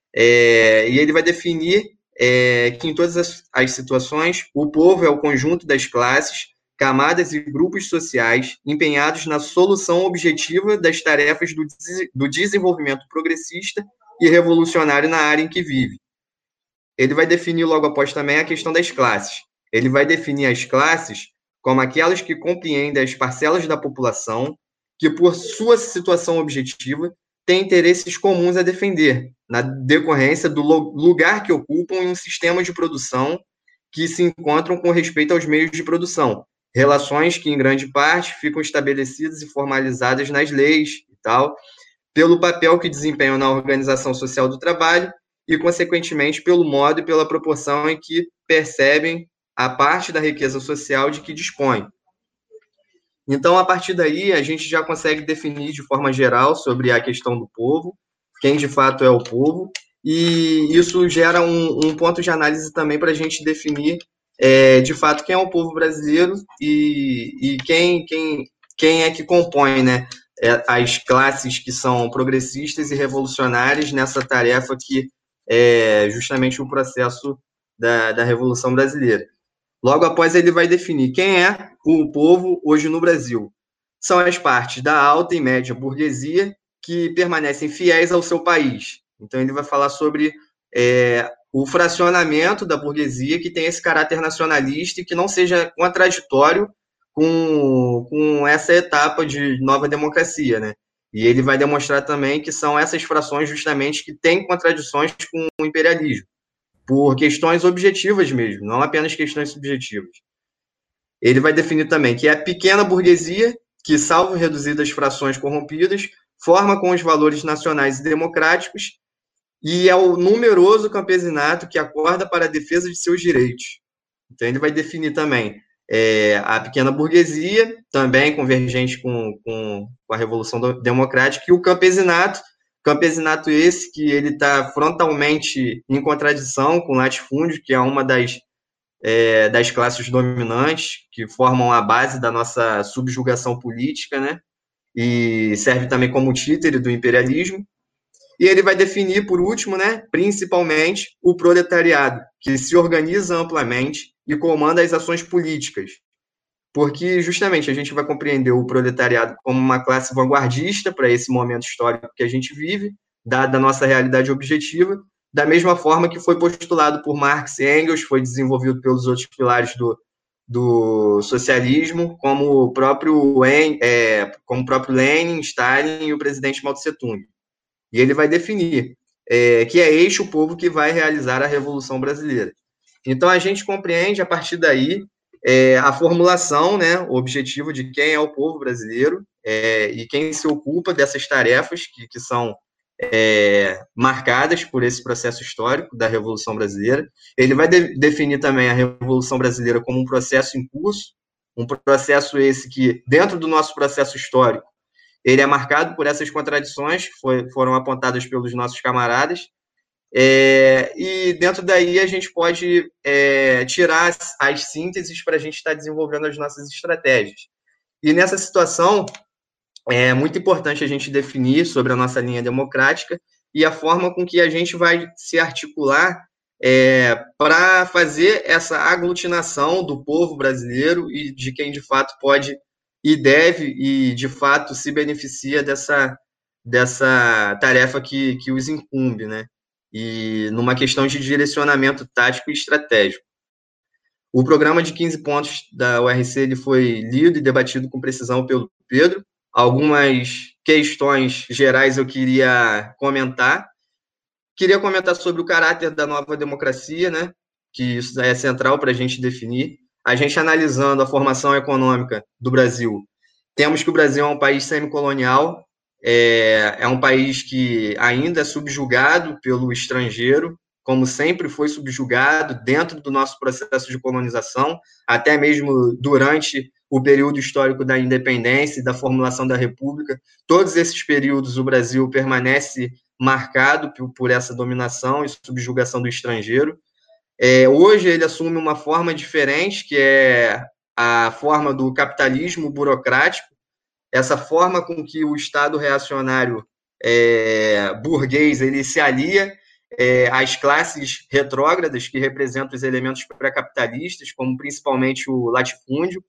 e ele vai definir que em todas as situações o povo é o conjunto das classes, camadas e grupos sociais empenhados na solução objetiva das tarefas do desenvolvimento progressista e revolucionário na área em que vive. Ele vai definir logo após também a questão das classes. Ele vai definir as classes como aquelas que compreendem as parcelas da população que, por sua situação objetiva, têm interesses comuns a defender, na decorrência do lugar que ocupam em um sistema de produção que se encontram com respeito aos meios de produção, relações que, em grande parte, ficam estabelecidas e formalizadas nas leis e tal, pelo papel que desempenham na organização social do trabalho e, consequentemente, pelo modo e pela proporção em que percebem a parte da riqueza social de que dispõem. Então, a partir daí, a gente já consegue definir de forma geral sobre a questão do povo, quem de fato é o povo, e isso gera um ponto de análise também para a gente definir de fato quem é o povo brasileiro e quem é que compõe, né, as classes que são progressistas e revolucionárias nessa tarefa que é justamente o processo da Revolução Brasileira. Logo após, ele vai definir quem é o povo hoje no Brasil. São as partes da alta e média burguesia que permanecem fiéis ao seu país. Então, ele vai falar sobre o fracionamento da burguesia que tem esse caráter nacionalista e que não seja contraditório com essa etapa de nova democracia, né? E ele vai demonstrar também que são essas frações justamente que têm contradições com o imperialismo, por questões objetivas mesmo, não apenas questões subjetivas. Ele vai definir também que é a pequena burguesia que, salvo reduzidas frações corrompidas, forma com os valores nacionais e democráticos e é o numeroso campesinato que acorda para a defesa de seus direitos. Então, ele vai definir também a pequena burguesia, também convergente com a Revolução Democrática, e o campesinato esse que ele está frontalmente em contradição com o latifúndio, que é uma das classes dominantes, que formam a base da nossa subjugação política, né? E serve também como títere do imperialismo. E ele vai definir, por último, né, principalmente, o proletariado, que se organiza amplamente e comanda as ações políticas. Porque, justamente, a gente vai compreender o proletariado como uma classe vanguardista para esse momento histórico que a gente vive, dada a nossa realidade objetiva, da mesma forma que foi postulado por Marx e Engels, foi desenvolvido pelos outros pilares do socialismo, como o próprio Lenin, Stalin e o presidente Mao Tse-tung. E ele vai definir que é este o povo que vai realizar a Revolução Brasileira. Então, a gente compreende, a partir daí, a formulação, né, o objetivo de quem é o povo brasileiro e quem se ocupa dessas tarefas que são marcadas por esse processo histórico da Revolução Brasileira. Ele vai definir também a Revolução Brasileira como um processo em curso, um processo esse que, dentro do nosso processo histórico, ele é marcado por essas contradições que foram apontadas pelos nossos camaradas, e dentro daí a gente pode tirar as sínteses para a gente estar desenvolvendo as nossas estratégias. E nessa situação, é muito importante a gente definir sobre a nossa linha democrática e a forma com que a gente vai se articular para fazer essa aglutinação do povo brasileiro e de quem, de fato, pode e deve e, de fato, se beneficia dessa tarefa que os incumbe, né? E numa questão de direcionamento tático e estratégico. O programa de 15 pontos da URC ele foi lido e debatido com precisão pelo Pedro. Algumas questões gerais eu queria comentar. Queria comentar sobre o caráter da nova democracia, né? Que isso é central para a gente definir. A gente analisando a formação econômica do Brasil, temos que o Brasil é um país semicolonial, é um país que ainda é subjugado pelo estrangeiro, como sempre foi subjugado dentro do nosso processo de colonização, até mesmo durante o período histórico da independência e da formulação da República. Todos esses períodos o Brasil permanece marcado por essa dominação e subjugação do estrangeiro. Hoje ele assume uma forma diferente, que é a forma do capitalismo burocrático, essa forma com que o Estado reacionário burguês ele se alia às classes retrógradas que representam os elementos pré-capitalistas, como principalmente o latifúndio,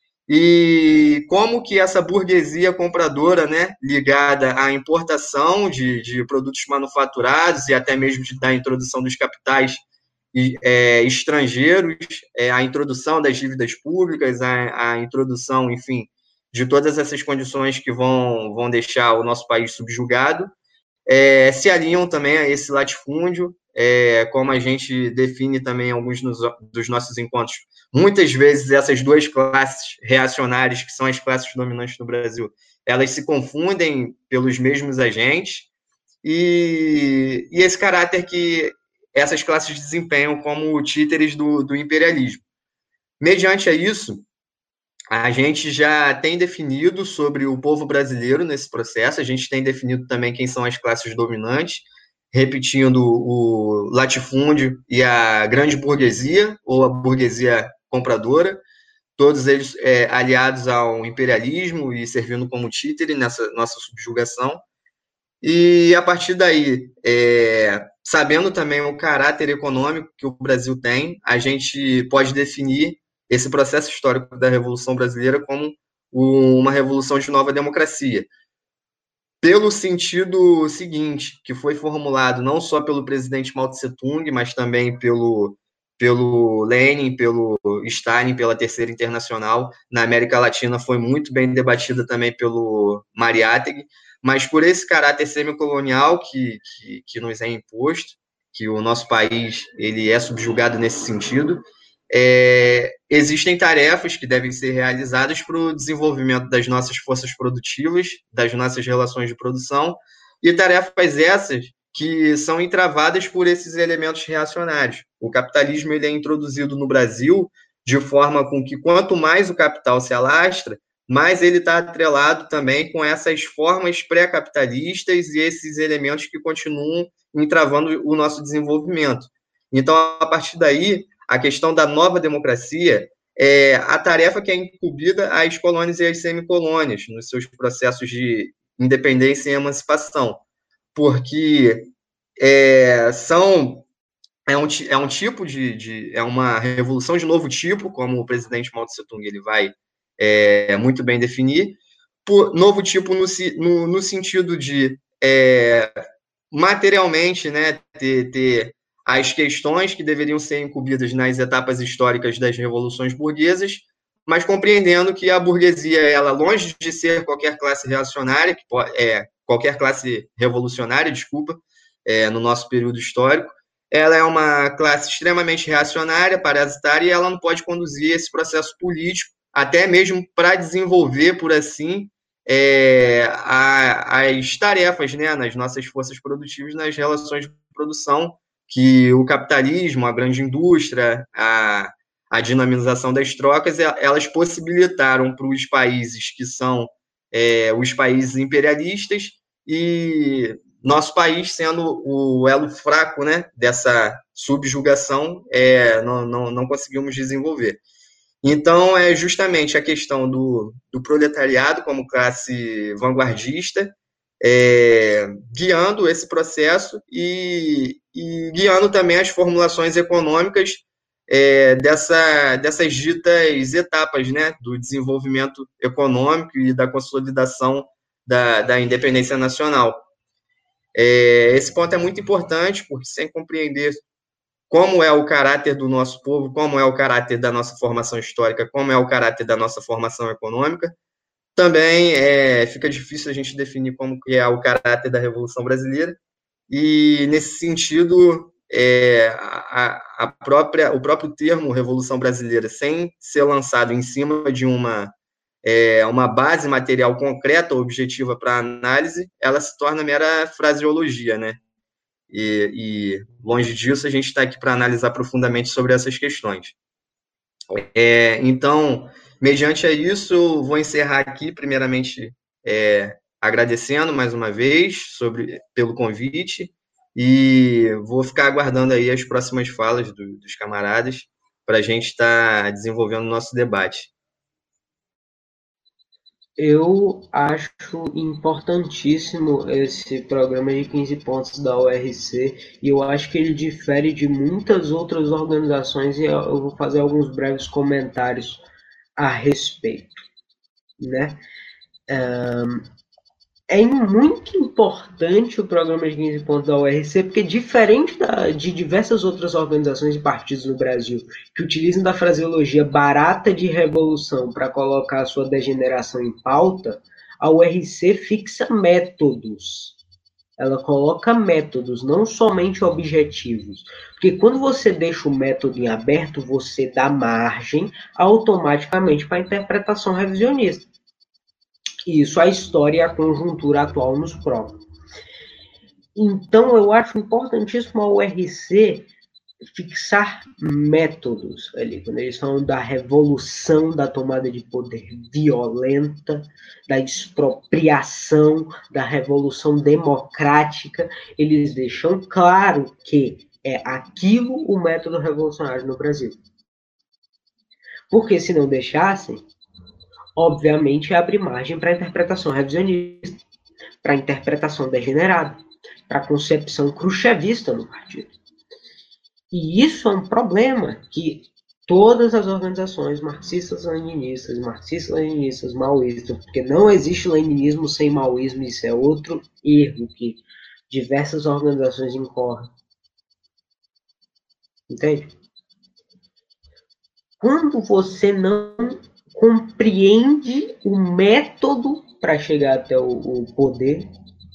e como que essa burguesia compradora, né, ligada à importação de produtos manufaturados e até mesmo da introdução dos capitais estrangeiros, a introdução das dívidas públicas, a introdução, enfim, de todas essas condições que vão deixar o nosso país subjugado, se alinham também a esse latifúndio, como a gente define também em alguns dos nossos encontros. Muitas vezes essas duas classes reacionárias, que são as classes dominantes no Brasil, elas se confundem pelos mesmos agentes, e esse caráter que essas classes desempenham como títeres do imperialismo. Mediante a isso, a gente já tem definido sobre o povo brasileiro nesse processo, a gente tem definido também quem são as classes dominantes, repetindo o latifúndio e a grande burguesia, ou a burguesia compradora, todos eles aliados ao imperialismo e servindo como títere nessa nossa subjugação. E, a partir daí, sabendo também o caráter econômico que o Brasil tem, a gente pode definir esse processo histórico da Revolução Brasileira como uma revolução de nova democracia. Pelo sentido seguinte, que foi formulado não só pelo presidente Mao Tse-tung, mas também pelo Lenin, pelo Stalin, pela Terceira Internacional, na América Latina foi muito bem debatida também pelo Mariátegui, mas por esse caráter semicolonial que nos é imposto, que o nosso país ele é subjugado nesse sentido, existem tarefas que devem ser realizadas para o desenvolvimento das nossas forças produtivas, das nossas relações de produção, e tarefas essas que são entravadas por esses elementos reacionários. O capitalismo ele é introduzido no Brasil de forma com que quanto mais o capital se alastra, mais ele está atrelado também com essas formas pré-capitalistas e esses elementos que continuam entravando o nosso desenvolvimento. Então, a partir daí, a questão da nova democracia é a tarefa que é incumbida às colônias e às semicolônias nos seus processos de independência e emancipação, porque é uma revolução de novo tipo, como o presidente Mao Tse-tung ele vai muito bem definir, novo tipo no sentido de materialmente, né, ter as questões que deveriam ser incumbidas nas etapas históricas das revoluções burguesas, mas compreendendo que a burguesia, ela longe de ser qualquer classe reacionária, qualquer classe revolucionária, no nosso período histórico, ela é uma classe extremamente reacionária, parasitária, e ela não pode conduzir esse processo político, até mesmo para desenvolver, por assim, as tarefas, né, nas nossas forças produtivas, nas relações de produção, que o capitalismo, a grande indústria, a dinamização das trocas, elas possibilitaram para os países que são os países imperialistas, e nosso país sendo o elo fraco, né, dessa subjugação, não conseguimos desenvolver. Então, é justamente a questão do proletariado como classe vanguardista, guiando esse processo e guiando também as formulações econômicas dessas ditas etapas, né, do desenvolvimento econômico e da consolidação da independência nacional. Esse ponto é muito importante, porque sem compreender como é o caráter do nosso povo, como é o caráter da nossa formação histórica, como é o caráter da nossa formação econômica, também fica difícil a gente definir como que é o caráter da Revolução Brasileira, e, nesse sentido, o próprio termo Revolução Brasileira, sem ser lançado em cima de uma base material concreta, objetiva para análise, ela se torna mera fraseologia, né? E longe disso, a gente está aqui para analisar profundamente sobre essas questões. Então, mediante isso, vou encerrar aqui, primeiramente, agradecendo mais uma vez pelo convite, e vou ficar aguardando aí as próximas falas dos camaradas para a gente estar desenvolvendo o nosso debate. Eu acho importantíssimo esse programa de 15 pontos da URC, e eu acho que ele difere de muitas outras organizações, e eu vou fazer alguns breves comentários a respeito, né? É muito importante o programa de 15 pontos da URC, porque diferente de diversas outras organizações e partidos no Brasil que utilizam da fraseologia barata de revolução para colocar a sua degeneração em pauta, a URC fixa métodos. Ela coloca métodos, não somente objetivos. Porque quando você deixa o método em aberto, você dá margem automaticamente para a interpretação revisionista. Isso, a história e a conjuntura atual nos prova. Então, eu acho importantíssimo a URC fixar métodos ali, quando eles falam da revolução, da tomada de poder violenta, da expropriação, da revolução democrática, eles deixam claro que é aquilo o método revolucionário no Brasil. Porque se não deixassem, obviamente abre margem para a interpretação revisionista, para a interpretação degenerada, para a concepção khrushchevista no partido. E isso é um problema que todas as organizações marxistas-leninistas, maoístas, porque não existe leninismo sem maoísmo, isso é outro erro que diversas organizações incorrem. Entende? Quando você não compreende o método para chegar até o poder,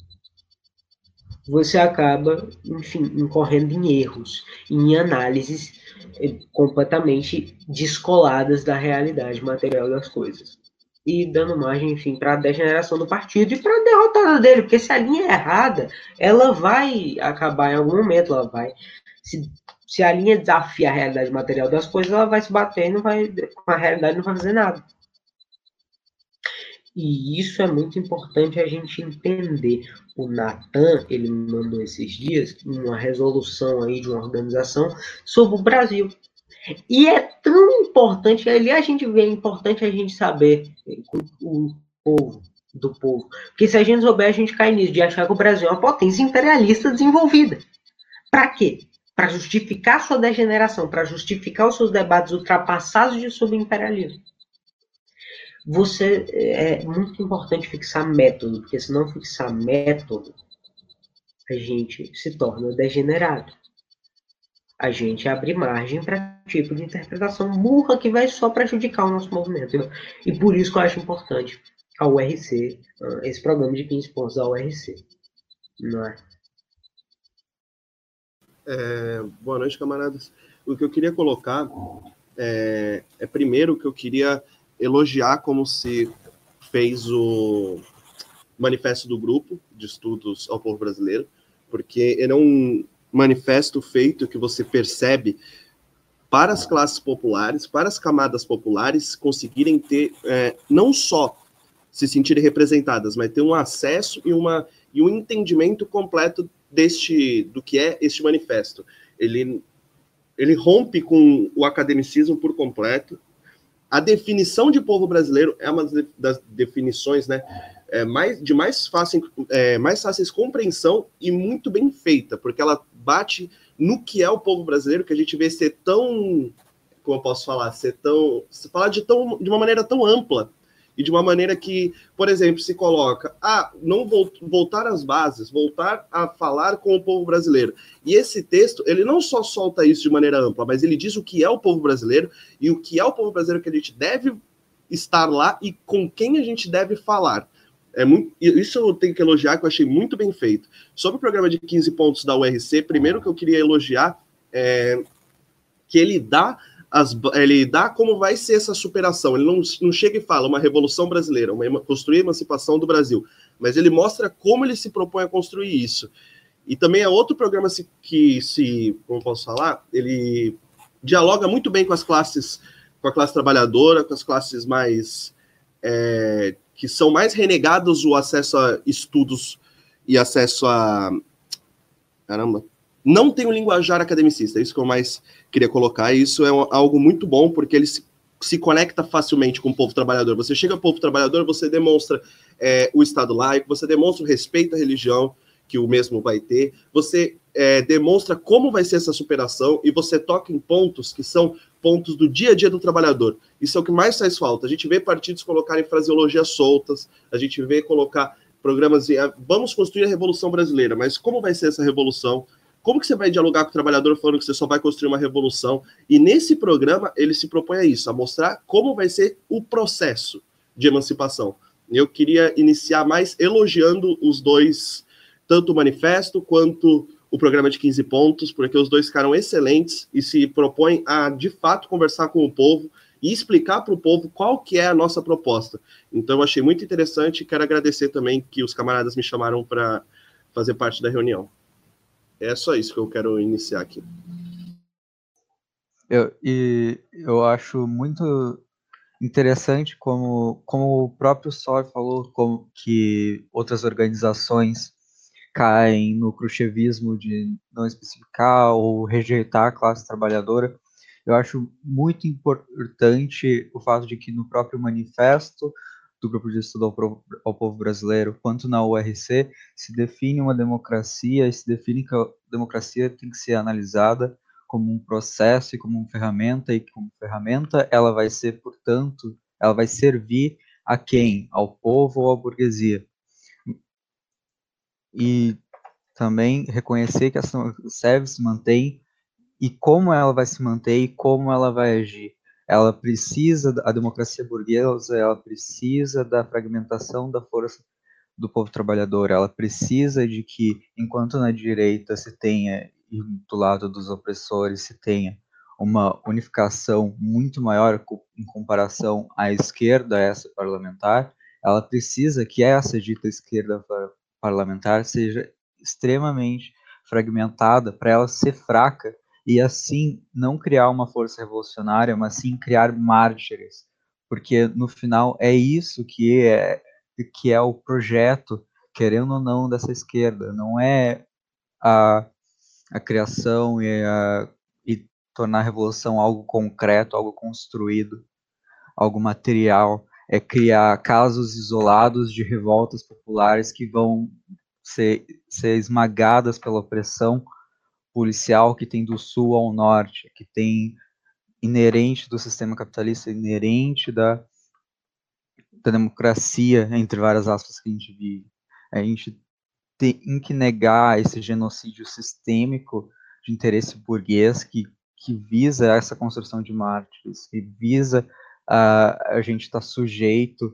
você acaba, enfim, incorrendo em erros, em análises completamente descoladas da realidade material das coisas. E dando margem, enfim, para a degeneração do partido e para a derrotada dele, porque se a linha é errada, ela vai acabar em algum momento, ela vai... Se a linha desafia a realidade material das coisas, ela vai se bater e não vai, com a realidade não vai fazer nada. E isso é muito importante a gente entender. O Natan, ele me mandou esses dias uma resolução aí de uma organização sobre o Brasil. E é tão importante, ali a gente vê, é importante a gente saber o povo, do povo. Porque se a gente souber, a gente cai nisso, de achar que o Brasil é uma potência imperialista desenvolvida. Para quê? Para justificar sua degeneração, para justificar os seus debates ultrapassados de subimperialismo. É muito importante fixar método, porque se não fixar método, a gente se torna degenerado. A gente abre margem para tipo de interpretação burra que vai só prejudicar o nosso movimento. E por isso que eu acho importante a URC, esse programa de 15 pontos da URC. Não é? Boa noite, camaradas. O que eu queria colocar primeiro que eu queria elogiar como se fez o manifesto do grupo de estudos ao povo brasileiro, porque ele é um manifesto feito que você percebe para as classes populares, para as camadas populares conseguirem ter, não só se sentirem representadas, mas ter um acesso e um entendimento completo do que é este manifesto. Ele rompe com o academicismo por completo. A definição de povo brasileiro é uma das definições, né, mais fáceis compreensão e muito bem feita, porque ela bate no que é o povo brasileiro, que a gente vê ser tão, como eu posso falar, de uma maneira tão ampla, e de uma maneira que, por exemplo, se coloca, não voltar às bases, voltar a falar com o povo brasileiro. E esse texto, ele não só solta isso de maneira ampla, mas ele diz o que é o povo brasileiro, e o que é o povo brasileiro que a gente deve estar lá e com quem a gente deve falar. Isso eu tenho que elogiar, que eu achei muito bem feito. Sobre o programa de 15 pontos da URC, primeiro que eu queria elogiar é que ele dá como vai ser essa superação. Ele não chega e fala uma revolução brasileira, construir a emancipação do Brasil, mas ele mostra como ele se propõe a construir isso. E também é outro programa como posso falar, ele dialoga muito bem com a classe trabalhadora, com as classes mais que são mais renegados o acesso a estudos e acesso a... Não tem um linguajar academicista, é isso que eu mais queria colocar, e isso é algo muito bom, porque ele se conecta facilmente com o povo trabalhador. Você chega ao povo trabalhador, você demonstra o Estado laico, você demonstra o respeito à religião, que o mesmo vai ter, você demonstra como vai ser essa superação, e você toca em pontos que são pontos do dia a dia do trabalhador. Isso é o que mais faz falta. A gente vê partidos colocarem fraseologias soltas, a gente vê colocar programas de vamos construir a Revolução Brasileira, mas como vai ser essa revolução? Como que você vai dialogar com o trabalhador falando que você só vai construir uma revolução? E nesse programa ele se propõe a isso, a mostrar como vai ser o processo de emancipação. Eu queria iniciar mais elogiando os dois, tanto o manifesto quanto o programa de 15 pontos, porque os dois ficaram excelentes e se propõem a, de fato, conversar com o povo e explicar para o povo qual que é a nossa proposta. Então, eu achei muito interessante e quero agradecer também que os camaradas me chamaram para fazer parte da reunião. É só isso que eu quero iniciar aqui. Eu acho muito interessante como o próprio Sor falou, como que outras organizações caem no cruchevismo de não especificar ou rejeitar a classe trabalhadora. Eu acho muito importante o fato de que no próprio manifesto do Grupo de Estudo ao Povo Brasileiro, quanto na URC, se define uma democracia e se define que a democracia tem que ser analisada como um processo e como uma ferramenta, e como ferramenta ela vai ser, portanto, ela vai servir a quem? Ao povo ou à burguesia. E também reconhecer que a SEV se mantém e como ela vai se manter e como ela vai agir. Ela precisa, a democracia burguesa, ela precisa da fragmentação da força do povo trabalhador, ela precisa de que, enquanto na direita se tenha, e do lado dos opressores se tenha, uma unificação muito maior em comparação à esquerda, essa parlamentar, ela precisa que essa dita esquerda parlamentar seja extremamente fragmentada para ela ser fraca e assim não criar uma força revolucionária, mas sim criar mártires, porque no final é isso que é o projeto, querendo ou não, dessa esquerda, não é a criação e tornar a revolução algo concreto, algo construído, algo material, é criar casos isolados de revoltas populares que vão ser esmagadas pela opressão policial que tem do sul ao norte, que tem inerente do sistema capitalista, inerente da democracia, entre várias aspas, que a gente vive. A gente tem que negar esse genocídio sistêmico de interesse burguês que visa essa construção de mártires, que visa a gente estar sujeito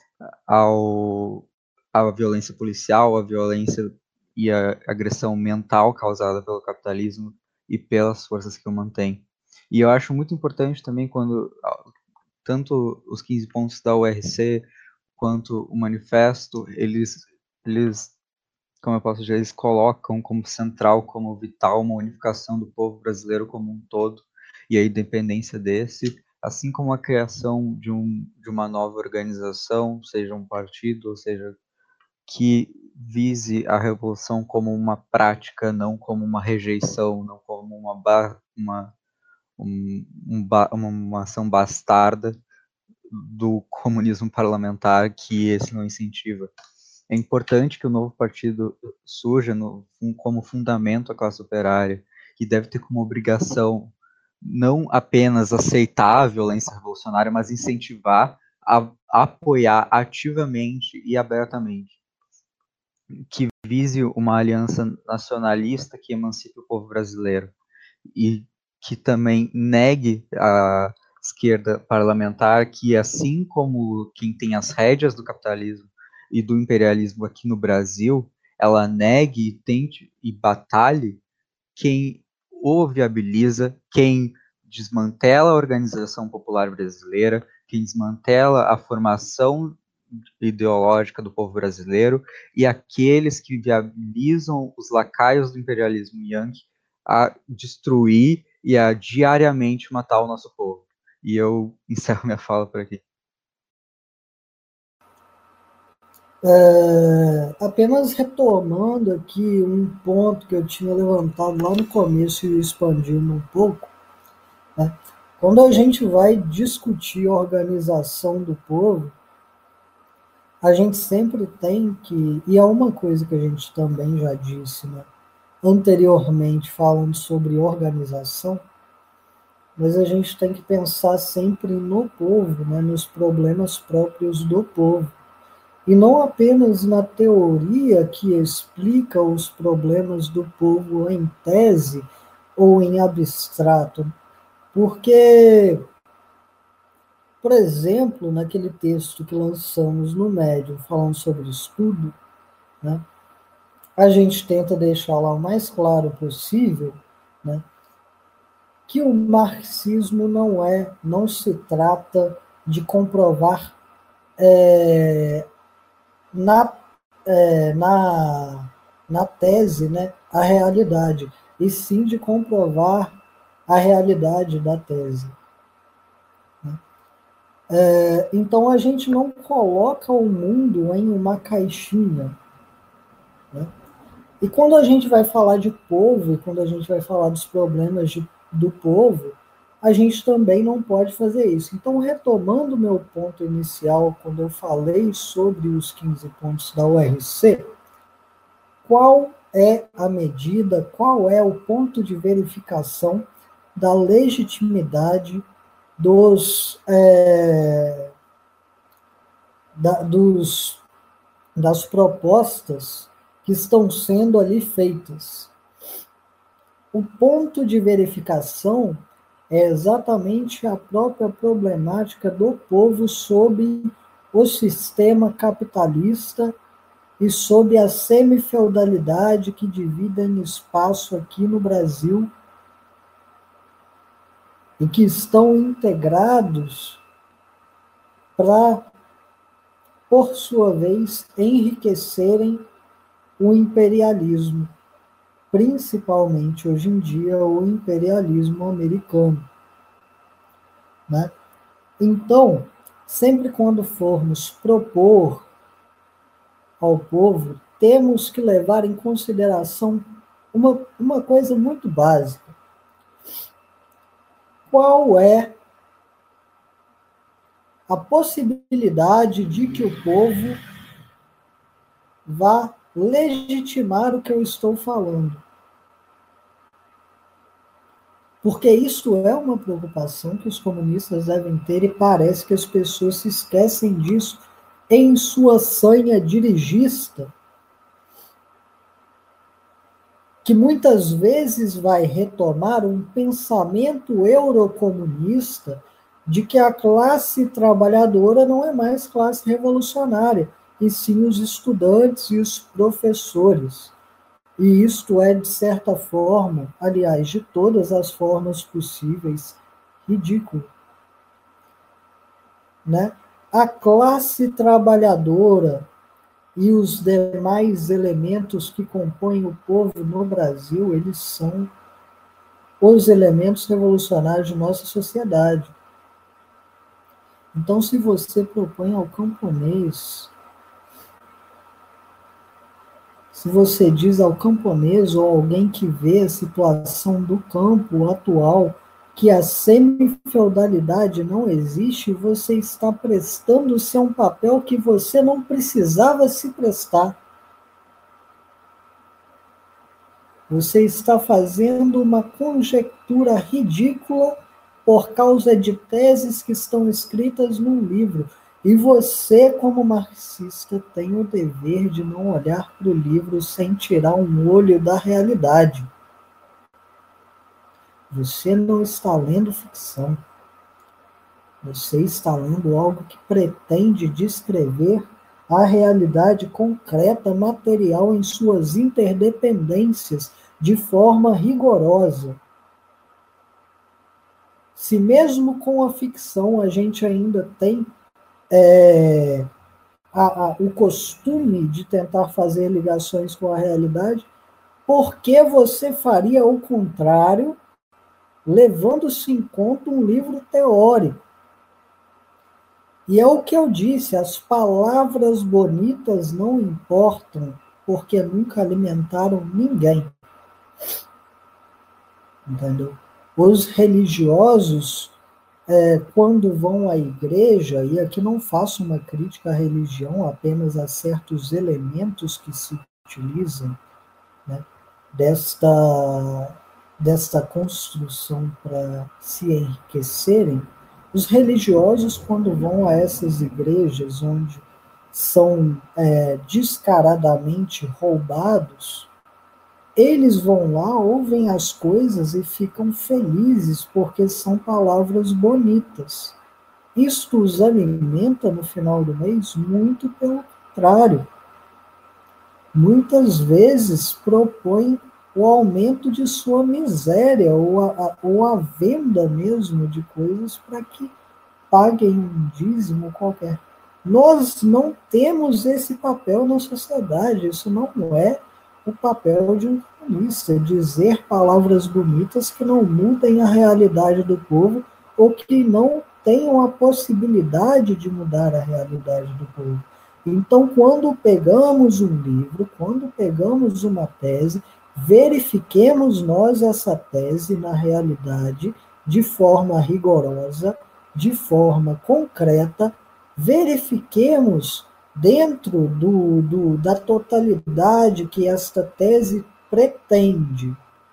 à violência policial, à violência e à agressão mental causada pelo capitalismo e pelas forças que o mantêm. E eu acho muito importante também quando tanto os 15 pontos da URC quanto o manifesto, eles, como eu posso dizer, eles colocam como central, como vital, uma unificação do povo brasileiro como um todo, e a independência desse, assim como a criação de uma nova organização, seja um partido, ou seja, que vise a revolução como uma prática, não como uma rejeição, não como uma ação bastarda do comunismo parlamentar que esse não incentiva. É importante que o novo partido surja como fundamento à classe operária, que deve ter como obrigação não apenas aceitar a violência revolucionária, mas incentivar a apoiar ativamente e abertamente, que vise uma aliança nacionalista que emancipe o povo brasileiro e que também negue a esquerda parlamentar que, assim como quem tem as rédeas do capitalismo e do imperialismo aqui no Brasil, ela negue, tente e batalhe quem o viabiliza, quem desmantela a organização popular brasileira, quem desmantela a formação ideológica do povo brasileiro e aqueles que viabilizam os lacaios do imperialismo yankee a destruir e a diariamente matar o nosso povo. E eu encerro minha fala por aqui. Apenas retomando aqui um ponto que eu tinha levantado lá no começo e expandindo um pouco, né? Quando a gente vai discutir organização do povo, a gente sempre tem que, e é uma coisa que a gente também já disse, né, anteriormente, falando sobre organização, mas a gente tem que pensar sempre no povo, né, nos problemas próprios do povo. E não apenas na teoria que explica os problemas do povo em tese ou em abstrato. Porque, por exemplo, naquele texto que lançamos no Medium, falando sobre estudo, né, a gente tenta deixar lá o mais claro possível, né, que o marxismo não se trata de comprovar na, na tese, né, a realidade, e sim de comprovar a realidade da tese. Então, a gente não coloca o mundo em uma caixinha, né? E quando a gente vai falar de povo, e quando a gente vai falar dos problemas do povo, a gente também não pode fazer isso. Então, retomando o meu ponto inicial, quando eu falei sobre os 15 pontos da URC, qual é a medida, qual é o ponto de verificação da legitimidade das propostas que estão sendo ali feitas? O ponto de verificação é exatamente a própria problemática do povo sob o sistema capitalista e sob a semifeudalidade que dividem espaço aqui no Brasil e que estão integrados para, por sua vez, enriquecerem o imperialismo, principalmente hoje em dia o imperialismo americano, né? Então, sempre quando formos propor ao povo, temos que levar em consideração uma coisa muito básica. Qual é a possibilidade de que o povo vá legitimar o que eu estou falando? Porque isso é uma preocupação que os comunistas devem ter e parece que as pessoas se esquecem disso em sua sanha dirigista, que muitas vezes vai retomar um pensamento eurocomunista de que a classe trabalhadora não é mais classe revolucionária, e sim os estudantes e os professores. E isto é, de certa forma, aliás, de todas as formas possíveis, ridículo, né? A classe trabalhadora e os demais elementos que compõem o povo no Brasil, eles são os elementos revolucionários de nossa sociedade. Então, se você propõe ao camponês, se você diz ao camponês ou alguém que vê a situação do campo atual, que a semifeudalidade não existe, você está prestando-se a um papel que você não precisava se prestar. Você está fazendo uma conjectura ridícula por causa de teses que estão escritas num livro. E você, como marxista, tem o dever de não olhar para o livro sem tirar um olho da realidade. Você não está lendo ficção. Você está lendo algo que pretende descrever a realidade concreta, material, em suas interdependências, de forma rigorosa. Se mesmo com a ficção a gente ainda tem o costume de tentar fazer ligações com a realidade, por que você faria o contrário, levando-se em conta um livro teórico? E é o que eu disse, as palavras bonitas não importam, porque nunca alimentaram ninguém. Entendeu? Os religiosos, quando vão à igreja, e aqui não faço uma crítica à religião, apenas a certos elementos que se utilizam, né, desta construção para se enriquecerem, os religiosos, quando vão a essas igrejas onde são descaradamente roubados, eles vão lá, ouvem as coisas e ficam felizes porque são palavras bonitas. Isto os alimenta no final do mês? Muito pelo contrário. Muitas vezes propõem o aumento de sua miséria ou a venda mesmo de coisas para que paguem um dízimo qualquer. Nós não temos esse papel na sociedade, isso não é o papel de um comunista, dizer palavras bonitas que não mudem a realidade do povo ou que não tenham a possibilidade de mudar a realidade do povo. Então, quando pegamos um livro, quando pegamos uma tese, verifiquemos nós essa tese na realidade de forma rigorosa, de forma concreta, verifiquemos dentro da totalidade que esta tese pretende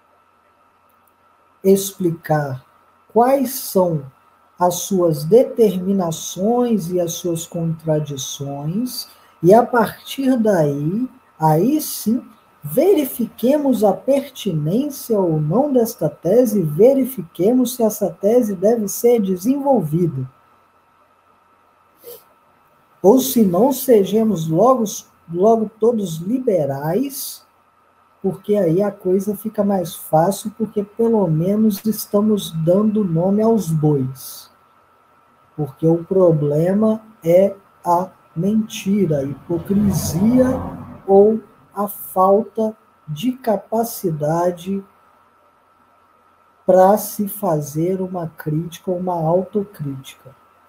explicar quais são as suas determinações e as suas contradições, e a partir daí, aí sim, verifiquemos a pertinência ou não desta tese, verifiquemos se essa tese deve ser desenvolvida. Ou se não, sejamos logo todos liberais, porque aí a coisa fica mais fácil, porque pelo menos estamos dando nome aos bois. Porque o problema é a mentira, a hipocrisia ou a falta de capacidade para se fazer uma crítica ou uma autocrítica.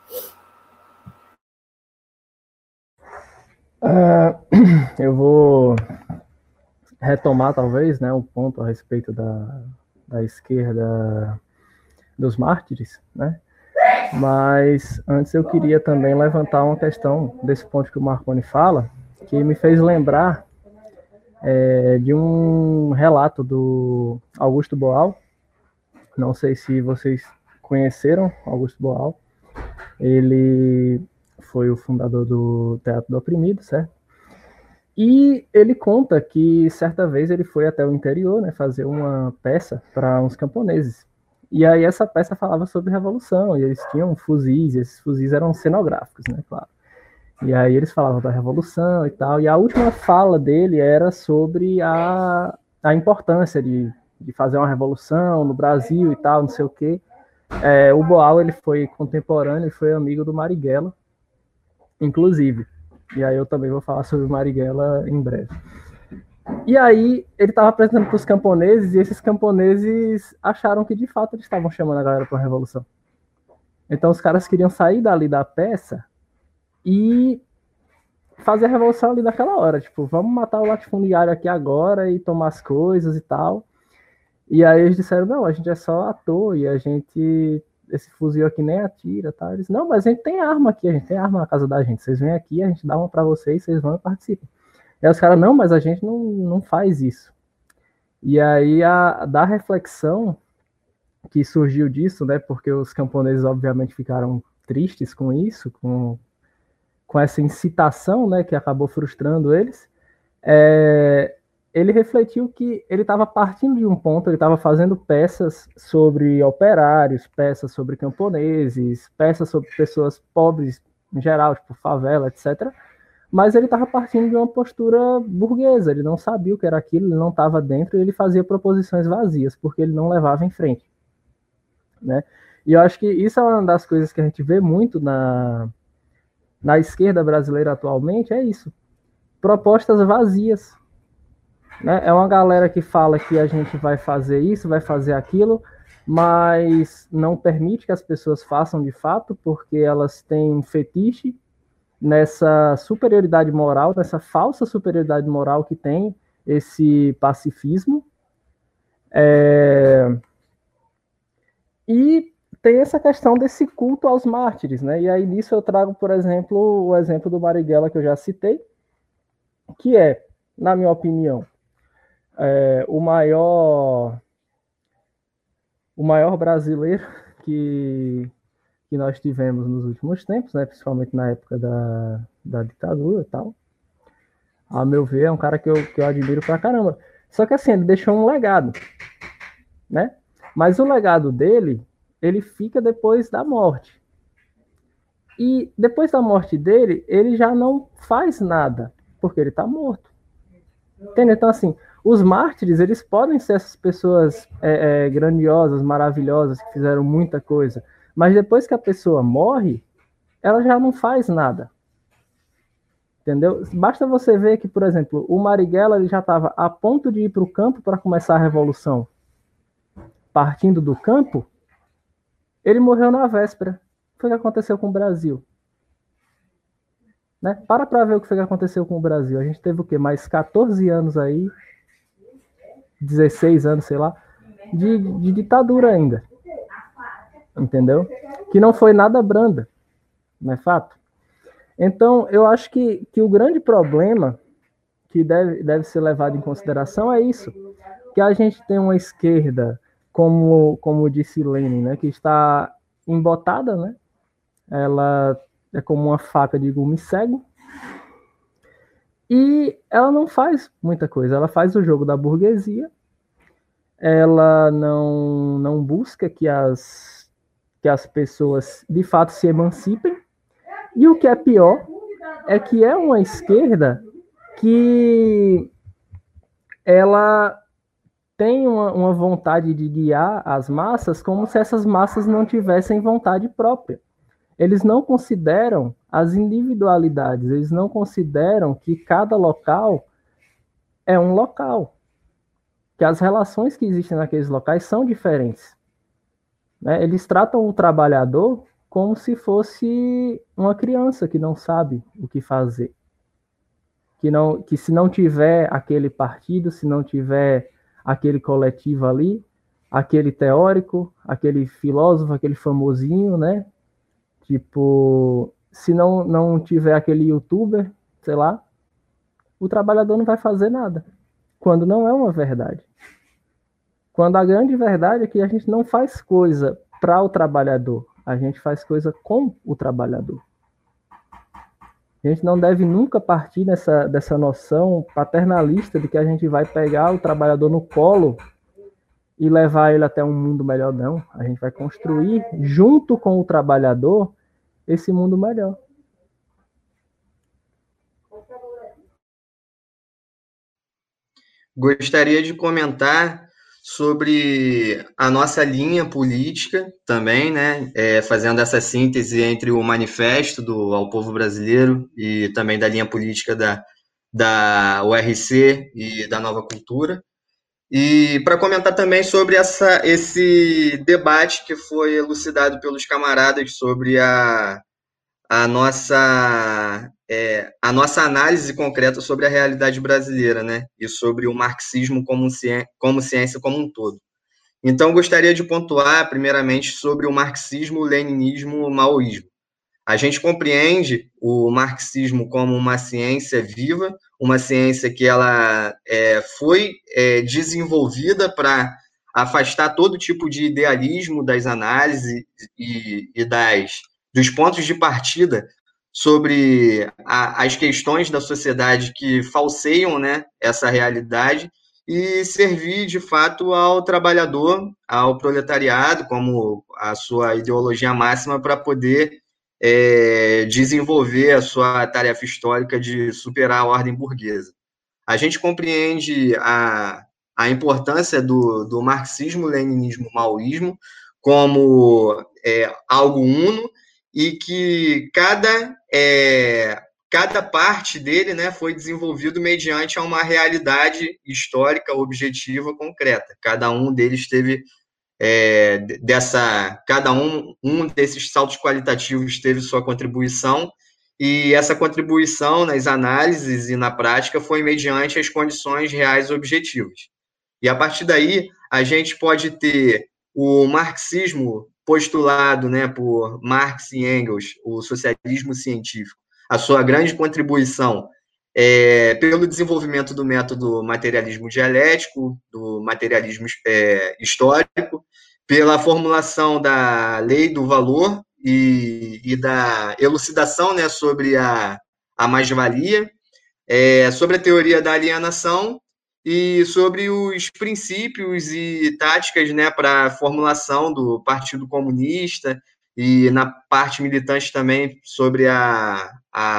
Eu vou retomar, talvez, né, um ponto a respeito da esquerda dos mártires, né? Mas antes eu queria também levantar uma questão desse ponto que o Marconi fala, que me fez lembrar de um relato do Augusto Boal. Não sei se vocês conheceram Augusto Boal. Ele foi o fundador do Teatro do Oprimido, certo? E ele conta que certa vez ele foi até o interior, né, fazer uma peça para uns camponeses. E aí essa peça falava sobre revolução, e eles tinham fuzis, e esses fuzis eram cenográficos, né, claro. E aí eles falavam da revolução e tal, e a última fala dele era sobre a importância de fazer uma revolução no Brasil e tal, não sei o quê. O Boal, ele foi contemporâneo e foi amigo do Marighella, inclusive. E aí eu também vou falar sobre Marighella em breve. E aí ele estava apresentando para os camponeses, e esses camponeses acharam que de fato eles estavam chamando a galera para a revolução. Então os caras queriam sair dali da peça e fazer a revolução ali naquela hora, tipo, vamos matar o latifundiário aqui agora e tomar as coisas e tal. E aí eles disseram, não, a gente é só ator e a gente, esse fuzil aqui nem atira, tá? Eles, não, mas a gente tem arma aqui, a gente tem arma na casa da gente, vocês vêm aqui, a gente dá uma para vocês, vocês vão e participam. E aí os caras, não, mas a gente não faz isso. E aí da reflexão que surgiu disso, né, porque os camponeses obviamente ficaram tristes com isso, com essa incitação, né, que acabou frustrando eles, ele refletiu que ele estava partindo de um ponto, ele estava fazendo peças sobre operários, peças sobre camponeses, peças sobre pessoas pobres em geral, tipo favela, etc., mas ele estava partindo de uma postura burguesa, ele não sabia o que era aquilo, ele não estava dentro, e ele fazia proposições vazias, porque ele não levava em frente, né? E eu acho que isso é uma das coisas que a gente vê muito na esquerda brasileira atualmente, é isso, propostas vazias, né? É uma galera que fala que a gente vai fazer isso, vai fazer aquilo, mas não permite que as pessoas façam de fato, porque elas têm um fetiche nessa superioridade moral, nessa falsa superioridade moral que tem esse pacifismo. E tem essa questão desse culto aos mártires, né? E aí nisso eu trago, por exemplo, o exemplo do Marighella que eu já citei, que é, na minha opinião, o maior brasileiro que nós tivemos nos últimos tempos, né, principalmente na época da ditadura e tal. A meu ver, é um cara que eu admiro pra caramba. Só que assim, ele deixou um legado, né? Mas o legado dele, ele fica depois da morte. E depois da morte dele, ele já não faz nada, porque ele tá morto. Entendeu? Então, assim, os mártires, eles podem ser essas pessoas grandiosas, maravilhosas, que fizeram muita coisa, mas depois que a pessoa morre, ela já não faz nada. Entendeu? Basta você ver que, por exemplo, o Marighella ele já estava a ponto de ir para o campo para começar a revolução. Partindo do campo, ele morreu na véspera. Foi o que aconteceu com o Brasil. Né? Para ver o que foi que aconteceu com o Brasil. A gente teve o quê? Mais 14 anos aí, 16 anos, sei lá, de ditadura ainda. Entendeu? Que não foi nada branda, não é fato? Então, eu acho que o grande problema que deve ser levado em consideração é isso, que a gente tem uma esquerda, como disse Lenin, né, que está embotada, né? Ela é como uma faca de gume cego, e ela não faz muita coisa, ela faz o jogo da burguesia, ela não busca que as pessoas de fato se emancipem, e o que é pior é que é uma esquerda que ela tem uma vontade de guiar as massas como se essas massas não tivessem vontade própria. Eles não consideram as individualidades, eles não consideram que cada local é um local, que as relações que existem naqueles locais são diferentes. Né? Eles tratam o trabalhador como se fosse uma criança que não sabe o que fazer. Que se não tiver aquele partido, se não tiver aquele coletivo ali, aquele teórico, aquele filósofo, aquele famosinho, né? Tipo, se não tiver aquele youtuber, sei lá, o trabalhador não vai fazer nada. Quando não é uma verdade. Quando a grande verdade é que a gente não faz coisa para o trabalhador, a gente faz coisa com o trabalhador. A gente não deve nunca partir dessa noção paternalista de que a gente vai pegar o trabalhador no colo e levar ele até um mundo melhor, não. A gente vai construir, junto com o trabalhador, esse mundo melhor. Gostaria de comentar sobre a nossa linha política também, né? Fazendo essa síntese entre o manifesto ao povo brasileiro e também da linha política da URC e da Nova Cultura. E para comentar também sobre esse debate que foi elucidado pelos camaradas sobre a nossa análise concreta sobre a realidade brasileira, né? E sobre o marxismo como ciência como um todo. Então, gostaria de pontuar, primeiramente, sobre o marxismo, o leninismo, o maoísmo. A gente compreende o marxismo como uma ciência viva, uma ciência que ela foi desenvolvida para afastar todo tipo de idealismo das análises e dos pontos de partida sobre as questões da sociedade que falseiam, né, essa realidade e servir, de fato, ao trabalhador, ao proletariado, como a sua ideologia máxima para poder desenvolver a sua tarefa histórica de superar a ordem burguesa. A gente compreende a importância do marxismo, leninismo, maoísmo como algo uno e que cada parte dele, né, foi desenvolvido mediante uma realidade histórica, objetiva, concreta. Cada um deles teve cada um desses saltos qualitativos teve sua contribuição, e essa contribuição nas análises e na prática foi mediante as condições reais objetivas. E a partir daí, a gente pode ter o marxismo postulado, né, por Marx e Engels, o socialismo científico, a sua grande contribuição pelo desenvolvimento do método materialismo dialético, do materialismo histórico, pela formulação da lei do valor e da elucidação, né, sobre a mais-valia, sobre a teoria da alienação e sobre os princípios e táticas, né, para a formulação do Partido Comunista e na parte militante também sobre a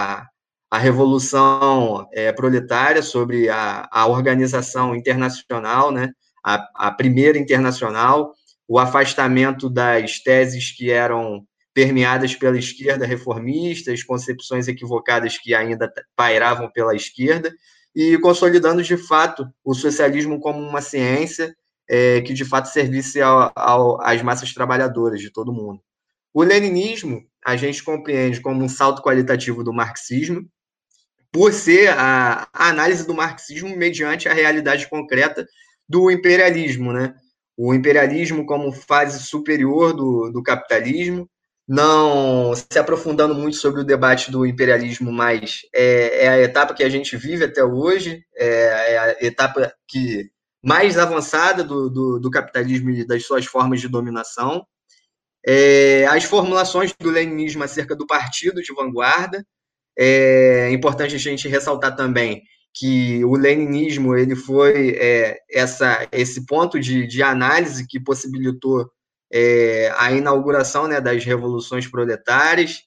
Revolução Proletária, sobre a organização internacional, né, a primeira internacional, o afastamento das teses que eram permeadas pela esquerda reformista, as concepções equivocadas que ainda pairavam pela esquerda, e consolidando, de fato, o socialismo como uma ciência que, de fato, servisse às massas trabalhadoras de todo mundo. O leninismo, a gente compreende como um salto qualitativo do marxismo, por ser a análise do marxismo mediante a realidade concreta do imperialismo, né? O imperialismo como fase superior do capitalismo, não se aprofundando muito sobre o debate do imperialismo, mas é a etapa que a gente vive até hoje, é a etapa mais avançada do capitalismo e das suas formas de dominação. As formulações do leninismo acerca do partido de vanguarda. É importante a gente ressaltar também que o leninismo ele foi esse ponto de análise que possibilitou a inauguração, né, das revoluções proletárias,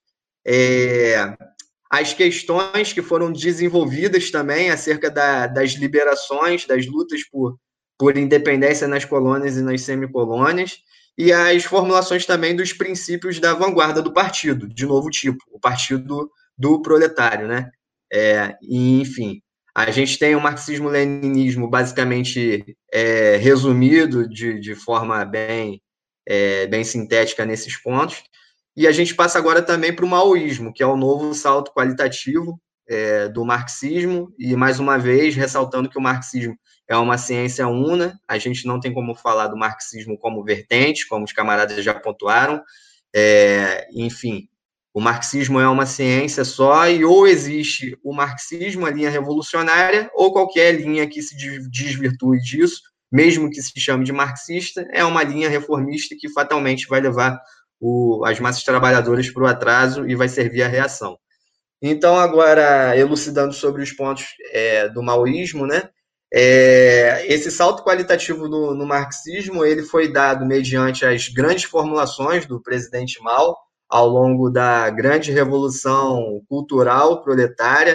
as questões que foram desenvolvidas também acerca das liberações, das lutas por independência nas colônias e nas semicolônias, e as formulações também dos princípios da vanguarda do partido, de novo tipo, o partido do proletário, né? Enfim, a gente tem o marxismo-leninismo basicamente resumido de forma bem sintética nesses pontos, e a gente passa agora também para o maoísmo, que é o novo salto qualitativo do marxismo, e mais uma vez ressaltando que o marxismo é uma ciência una, a gente não tem como falar do marxismo como vertente, como os camaradas já pontuaram, enfim, o marxismo é uma ciência só, e ou existe o marxismo, a linha revolucionária, ou qualquer linha que se desvirtue disso, mesmo que se chame de marxista, é uma linha reformista que fatalmente vai levar as massas trabalhadoras para o atraso e vai servir à reação. Então, agora, elucidando sobre os pontos do maoísmo, né? Esse salto qualitativo no marxismo ele foi dado mediante as grandes formulações do presidente Mao ao longo da grande revolução cultural proletária,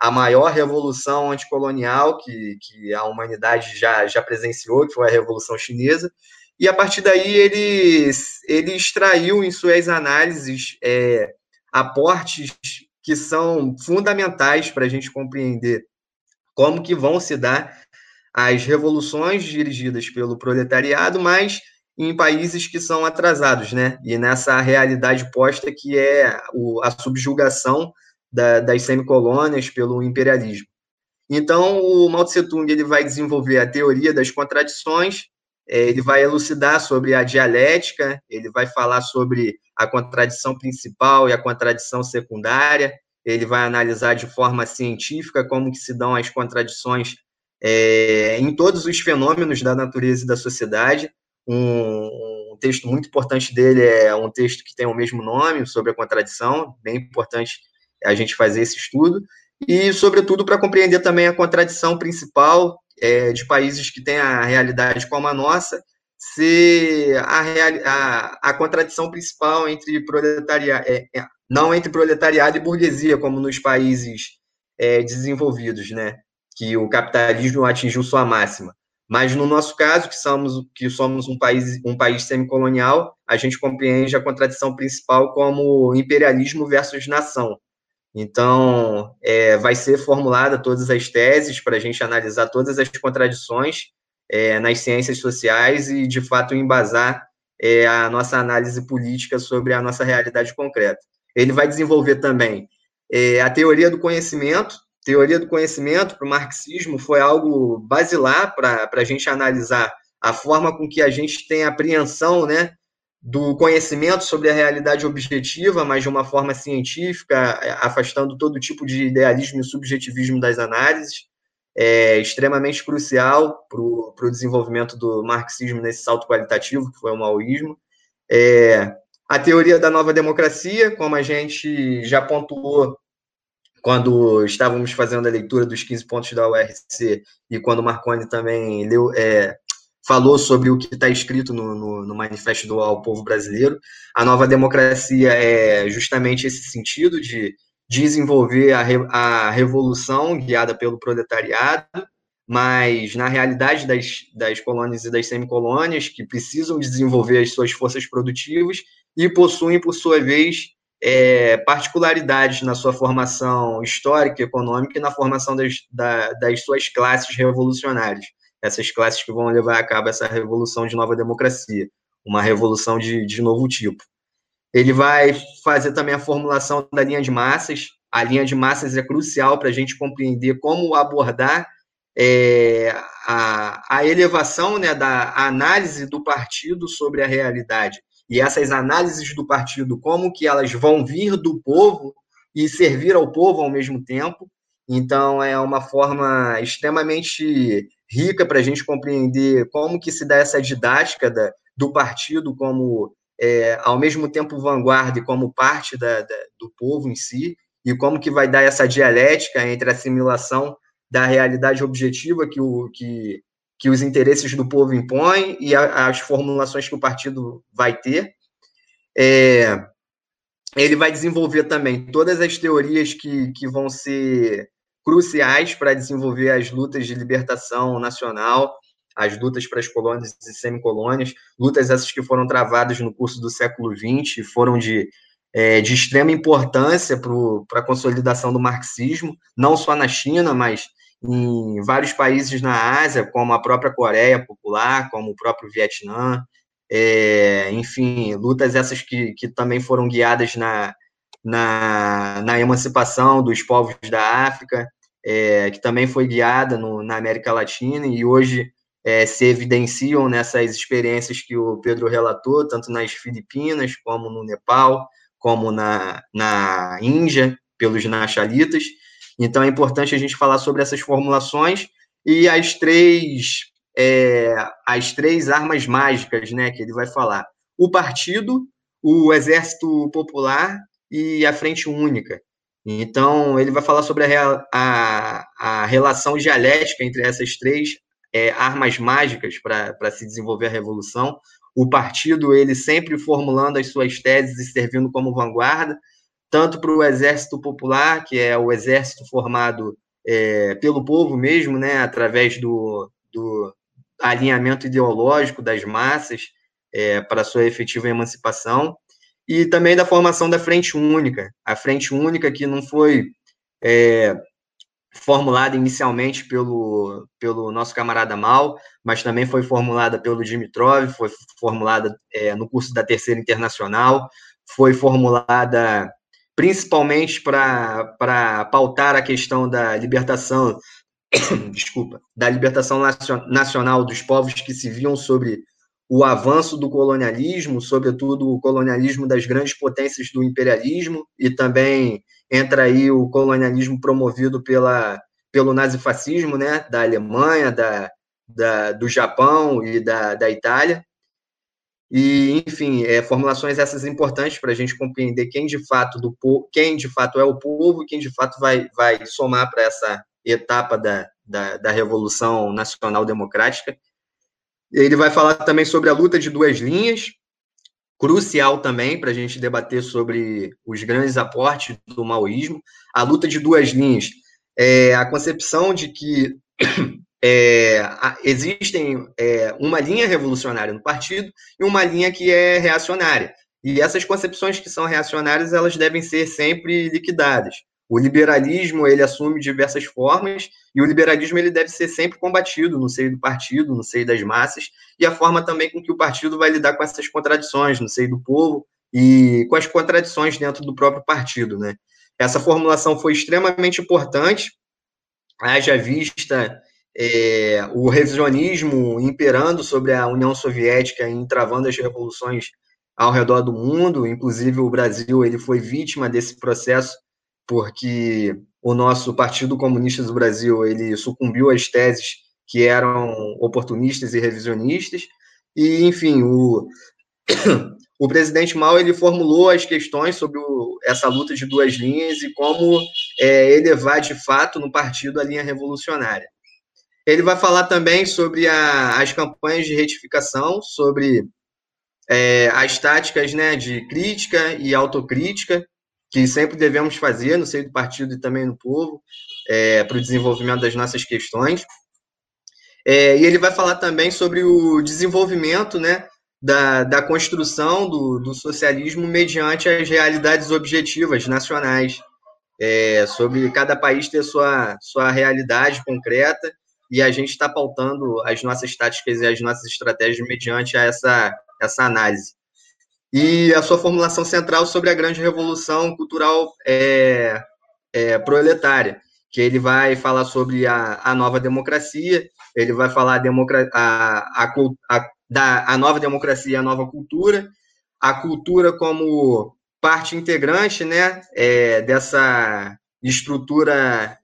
a maior revolução anticolonial que a humanidade já presenciou, que foi a Revolução Chinesa, e a partir daí ele extraiu em suas análises aportes que são fundamentais para a gente compreender como que vão se dar as revoluções dirigidas pelo proletariado, mas em países que são atrasados, né? E nessa realidade posta que é a subjugação das semicolônias pelo imperialismo. Então, o Mao Tse-tung ele vai desenvolver a teoria das contradições, ele vai elucidar sobre a dialética, ele vai falar sobre a contradição principal e a contradição secundária, ele vai analisar de forma científica como que se dão as contradições em todos os fenômenos da natureza e da sociedade. Um texto muito importante dele é um texto que tem o mesmo nome, sobre a contradição, bem importante a gente fazer esse estudo, e, sobretudo, para compreender também a contradição principal de países que têm a realidade como a nossa, ser a contradição principal entre proletariado, não entre proletariado e burguesia, como nos países desenvolvidos, né? Que o capitalismo atingiu sua máxima. Mas, no nosso caso, que somos um país semicolonial, a gente compreende a contradição principal como imperialismo versus nação. Então, vai ser formulada todas as teses para a gente analisar todas as contradições nas ciências sociais e, de fato, embasar a nossa análise política sobre a nossa realidade concreta. Ele vai desenvolver também a teoria do conhecimento. Teoria do conhecimento, para o marxismo, foi algo basilar para a gente analisar a forma com que a gente tem apreensão, né, do conhecimento sobre a realidade objetiva, mas de uma forma científica, afastando todo tipo de idealismo e subjetivismo das análises, extremamente crucial para o desenvolvimento do marxismo nesse salto qualitativo, que foi o maoísmo. A teoria da nova democracia, como a gente já pontuou quando estávamos fazendo a leitura dos 15 pontos da URC e quando o Marconi também leu, falou sobre o que está escrito no Manifesto do ao Povo Brasileiro. A nova democracia é justamente esse sentido de desenvolver a revolução guiada pelo proletariado, mas na realidade das colônias e das semicolônias, que precisam desenvolver as suas forças produtivas e possuem, por sua vez, particularidades na sua formação histórica e econômica e na formação das suas classes revolucionárias. Essas classes que vão levar a cabo essa revolução de nova democracia, uma revolução de novo tipo. Ele vai fazer também a formulação da linha de massas. A linha de massas é crucial para a gente compreender como abordar a elevação, né, da análise do partido sobre a realidade. E essas análises do partido, como que elas vão vir do povo e servir ao povo ao mesmo tempo. Então, é uma forma extremamente rica para a gente compreender como que se dá essa didática do partido como, ao mesmo tempo, vanguarda e como parte do povo em si, e como que vai dar essa dialética entre a assimilação da realidade objetiva que os interesses do povo impõem e as formulações que o partido vai ter. Ele vai desenvolver também todas as teorias que vão ser cruciais para desenvolver as lutas de libertação nacional, as lutas para as colônias e semicolônias, lutas essas que foram travadas no curso do século XX, foram de extrema importância para a consolidação do marxismo, não só na China, mas em vários países na Ásia, como a própria Coreia Popular, como o próprio Vietnã, enfim, lutas essas que também foram guiadas na emancipação dos povos da África, que também foi guiada na América Latina, e hoje se evidenciam nessas experiências que o Pedro relatou, tanto nas Filipinas, como no Nepal, como na Índia, pelos naxalitas. Então, é importante a gente falar sobre essas formulações e as três armas mágicas, né, que ele vai falar. O partido, o Exército Popular e a Frente Única. Então, ele vai falar sobre a relação dialética entre essas três armas mágicas para se desenvolver a revolução. O partido, ele sempre formulando as suas teses e servindo como vanguarda, tanto para o Exército Popular, que é o exército formado pelo povo mesmo, né, através do alinhamento ideológico das massas para sua efetiva emancipação, e também da formação da Frente Única. A Frente Única que não foi formulada inicialmente pelo nosso camarada Mao, mas também foi formulada pelo Dimitrov, foi formulada no curso da Terceira Internacional, foi formulada principalmente para pautar a questão da libertação, da libertação nacional dos povos que se viam sobre o avanço do colonialismo, sobretudo o colonialismo das grandes potências do imperialismo, e também entra aí o colonialismo promovido pelo nazifascismo, né, da Alemanha, do Japão e da Itália. E, enfim, formulações essas importantes para a gente compreender quem de fato é o povo e quem de fato vai somar para essa etapa da Revolução Nacional Democrática. Ele vai falar também sobre a luta de duas linhas, crucial também para a gente debater sobre os grandes aportes do maoísmo. A luta de duas linhas é a concepção de que existem uma linha revolucionária no partido e uma linha que é reacionária. E essas concepções que são reacionárias, elas devem ser sempre liquidadas. O liberalismo, ele assume diversas formas, e o liberalismo ele deve ser sempre combatido no seio do partido, no seio das massas, e a forma também com que o partido vai lidar com essas contradições no seio do povo e com as contradições dentro do próprio partido, né? Essa formulação foi extremamente importante, haja vista o revisionismo imperando sobre a União Soviética e entravando as revoluções ao redor do mundo. Inclusive, o Brasil ele foi vítima desse processo, porque o nosso Partido Comunista do Brasil ele sucumbiu às teses que eram oportunistas e revisionistas. E, enfim, o presidente Mao ele formulou as questões sobre essa luta de duas linhas e como elevar, de fato, no partido a linha revolucionária. Ele vai falar também sobre as campanhas de retificação, sobre as táticas, né, de crítica e autocrítica, que sempre devemos fazer no seio do partido e também no povo, para o desenvolvimento das nossas questões. E ele vai falar também sobre o desenvolvimento, né, da construção do socialismo mediante as realidades objetivas nacionais, sobre cada país ter sua realidade concreta, e a gente está pautando as nossas táticas e as nossas estratégias mediante essa análise. E a sua formulação central sobre a grande revolução cultural proletária, que ele vai falar sobre a nova democracia, ele vai falar a nova democracia e a nova cultura, a cultura como parte integrante, né, dessa estrutura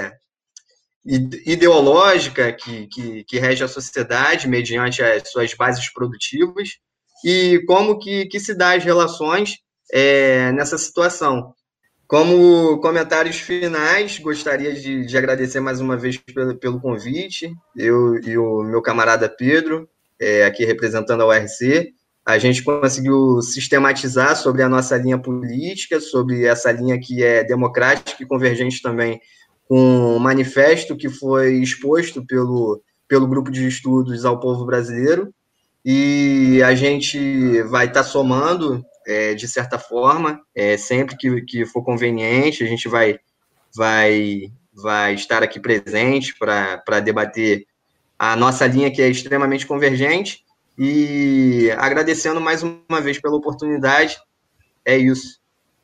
ideológica que rege a sociedade mediante as suas bases produtivas, e como que se dá as relações nessa situação. Como comentários finais, gostaria de agradecer mais uma vez pelo convite, eu e o meu camarada Pedro, aqui representando a URC. A gente conseguiu sistematizar sobre a nossa linha política, sobre essa linha que é democrática e convergente também com um manifesto que foi exposto pelo Grupo de Estudos ao Povo Brasileiro, e a gente vai estar somando, de certa forma, sempre que for conveniente, a gente vai estar aqui presente para debater a nossa linha, que é extremamente convergente, e agradecendo mais uma vez pela oportunidade. É isso.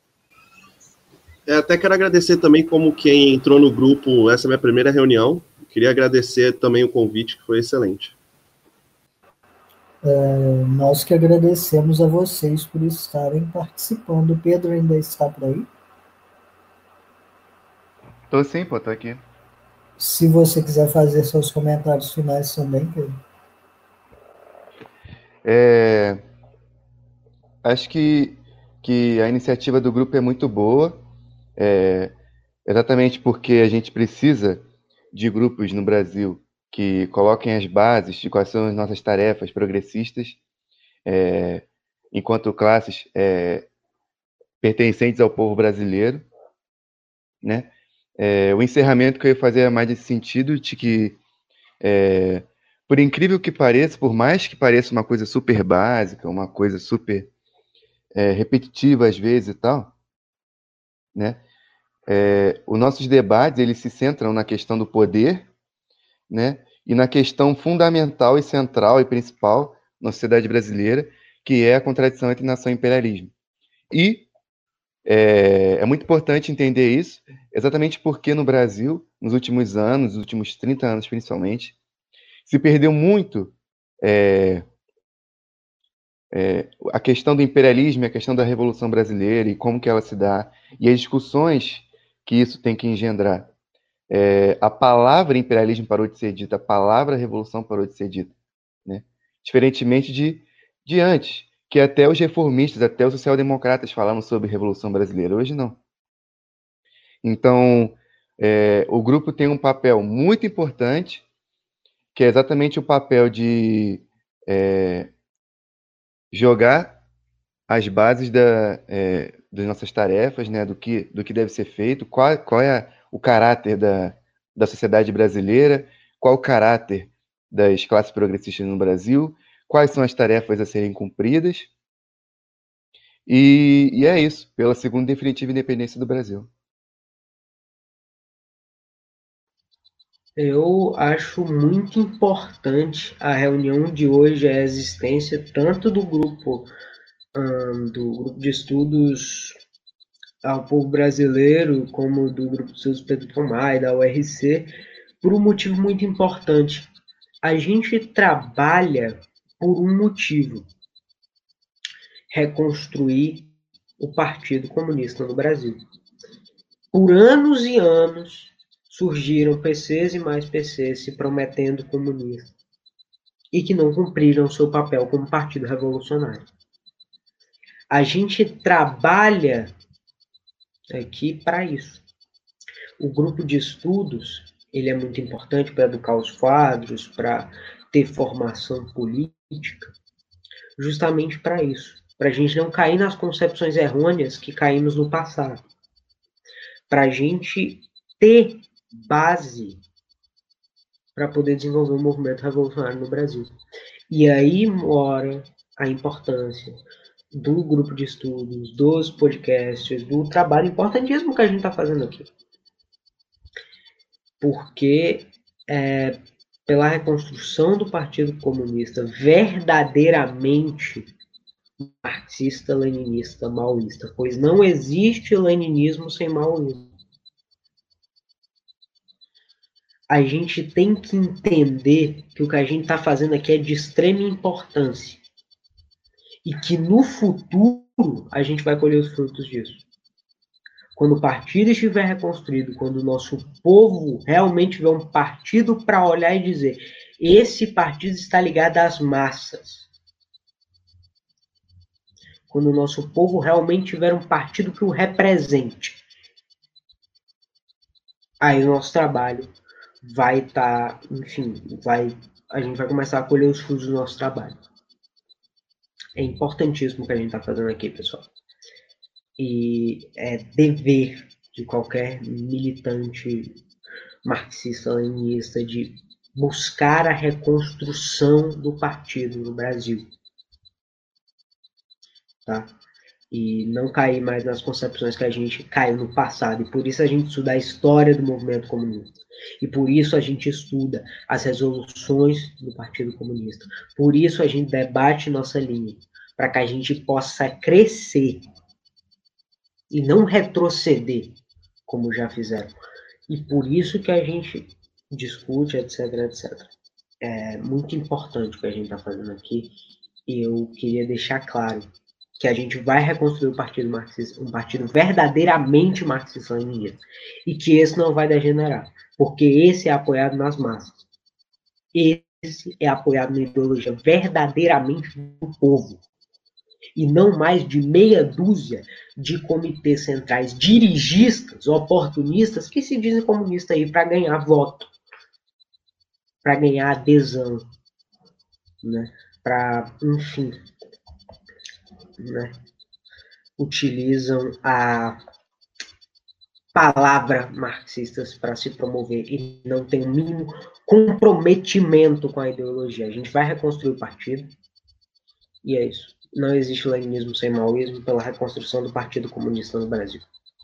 Até quero agradecer também como quem entrou no grupo, essa é a minha primeira reunião. Queria agradecer também o convite, que foi excelente. Nós que agradecemos a vocês por estarem participando. O Pedro ainda está por aí? Tô sim, pô, tô aqui. Se você quiser fazer seus comentários finais também, Pedro. Acho que a iniciativa do grupo é muito boa, exatamente porque a gente precisa de grupos no Brasil que coloquem as bases de quais são as nossas tarefas progressistas, enquanto classes pertencentes ao povo brasileiro, né? O encerramento que eu ia fazer é mais nesse sentido, de que, por incrível que pareça, por mais que pareça uma coisa super básica, uma coisa super repetitiva às vezes e tal, né? Os nossos debates, eles se centram na questão do poder, né? E na questão fundamental e central e principal na sociedade brasileira, que é a contradição entre nação e imperialismo. E é muito importante entender isso, exatamente porque no Brasil, nos últimos anos, nos últimos 30 anos principalmente, se perdeu muito a questão do imperialismo, a questão da Revolução Brasileira e como que ela se dá, e as discussões que isso tem que engendrar. A palavra imperialismo parou de ser dita, a palavra revolução parou de ser dita, né? Diferentemente de antes, que até os reformistas, até os social-democratas falavam sobre Revolução Brasileira. Hoje não. Então, o grupo tem um papel muito importante, que é exatamente o papel de jogar as bases das nossas tarefas, né, do que deve ser feito, qual é o caráter da sociedade brasileira, qual o caráter das classes progressistas no Brasil, quais são as tarefas a serem cumpridas, e é isso, pela segunda e definitiva independência do Brasil. Eu acho muito importante a reunião de hoje, a existência tanto do grupo de estudos ao povo brasileiro, como do grupo de estudos Pedro Pomar e da URC, por um motivo muito importante. A gente trabalha por um motivo: reconstruir o Partido Comunista no Brasil. Por anos e anos, surgiram PCs e mais PCs se prometendo comunistas e que não cumpriram seu papel como partido revolucionário. A gente trabalha aqui para isso. O grupo de estudos, ele é muito importante para educar os quadros, para ter formação política, justamente para isso. Para a gente não cair nas concepções errôneas que caímos no passado. Para a gente ter base para poder desenvolver um movimento revolucionário no Brasil. E aí mora a importância do grupo de estudos, dos podcasts, do trabalho importantíssimo que a gente está fazendo aqui. Porque pela reconstrução do Partido Comunista verdadeiramente marxista, leninista, maoísta, pois não existe leninismo sem maoísmo. A gente tem que entender que o que a gente está fazendo aqui é de extrema importância e que no futuro a gente vai colher os frutos disso. Quando o partido estiver reconstruído, quando o nosso povo realmente tiver um partido para olhar e dizer: esse partido está ligado às massas. Quando o nosso povo realmente tiver um partido que o represente, aí o nosso trabalho vai estar, enfim, a gente vai começar a colher os frutos do nosso trabalho. É importantíssimo o que a gente está fazendo aqui, pessoal. E é dever de qualquer militante marxista-leninista de buscar a reconstrução do partido no Brasil. Tá? E não cair mais nas concepções que a gente caiu no passado. E por isso a gente estuda a história do movimento comunista. E por isso a gente estuda as resoluções do Partido Comunista. Por isso a gente debate nossa linha, para que a gente possa crescer e não retroceder, como já fizeram. E por isso que a gente discute, etc, etc. É muito importante o que a gente está fazendo aqui. E eu queria deixar claro que a gente vai reconstruir o partido marxista, um partido verdadeiramente marxista-leninista, e que esse não vai degenerar, porque esse é apoiado nas massas. Esse é apoiado na ideologia verdadeiramente do povo, e não mais de meia dúzia de comitês centrais dirigistas, oportunistas, que se dizem comunistas aí para ganhar voto, para ganhar adesão, né? Para, enfim, né? utilizam a palavra marxistas para se promover e não tem o mínimo comprometimento com a ideologia. A gente vai reconstruir o partido e é isso. Não existe leninismo sem maoísmo pela reconstrução do Partido Comunista no Brasil.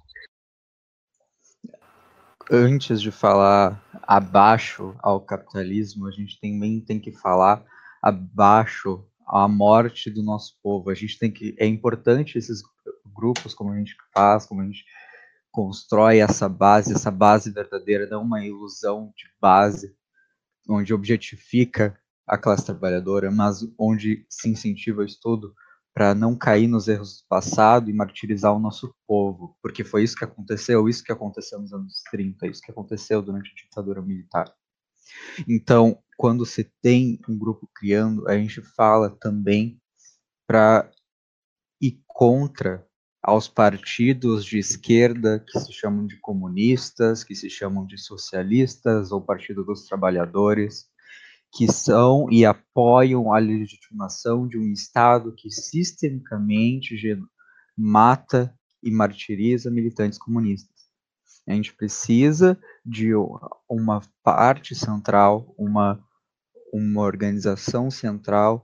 Antes de falar abaixo ao capitalismo, a gente também tem que falar abaixo à morte do nosso povo. É importante esses grupos, como a gente faz, como a gente constrói essa base verdadeira, não uma ilusão de base, onde objetifica a classe trabalhadora, mas onde se incentiva o estudo para não cair nos erros do passado e martirizar o nosso povo, porque foi isso que aconteceu nos anos 30, isso que aconteceu durante a ditadura militar. Então, quando se tem um grupo criando, a gente fala também para ir contra aos partidos de esquerda que se chamam de comunistas, que se chamam de socialistas, ou Partido dos Trabalhadores, que são e apoiam a legitimação de um Estado que sistemicamente mata e martiriza militantes comunistas. A gente precisa de uma parte central, uma organização central,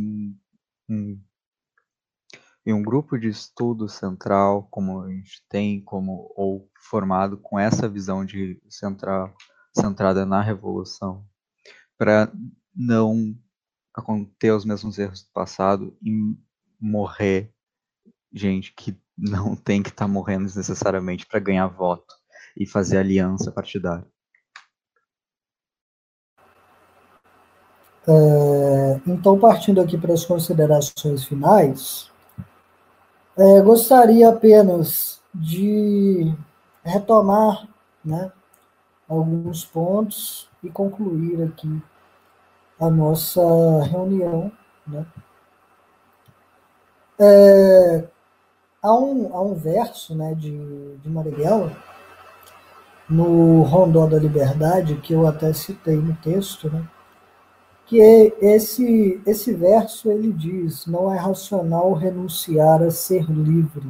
e um grupo de estudo central, como a gente tem, ou formado com essa visão de centrada na revolução, para não acontecer os mesmos erros do passado e morrer gente que não tem que estar morrendo necessariamente para ganhar voto e fazer aliança partidária. Então, partindo aqui para as considerações finais, gostaria apenas de retomar, né, alguns pontos e concluir aqui a nossa reunião, né? Há um verso, né, de Marighella, no Rondó da Liberdade, que eu até citei no texto, né, que esse verso ele diz: não é racional renunciar a ser livre.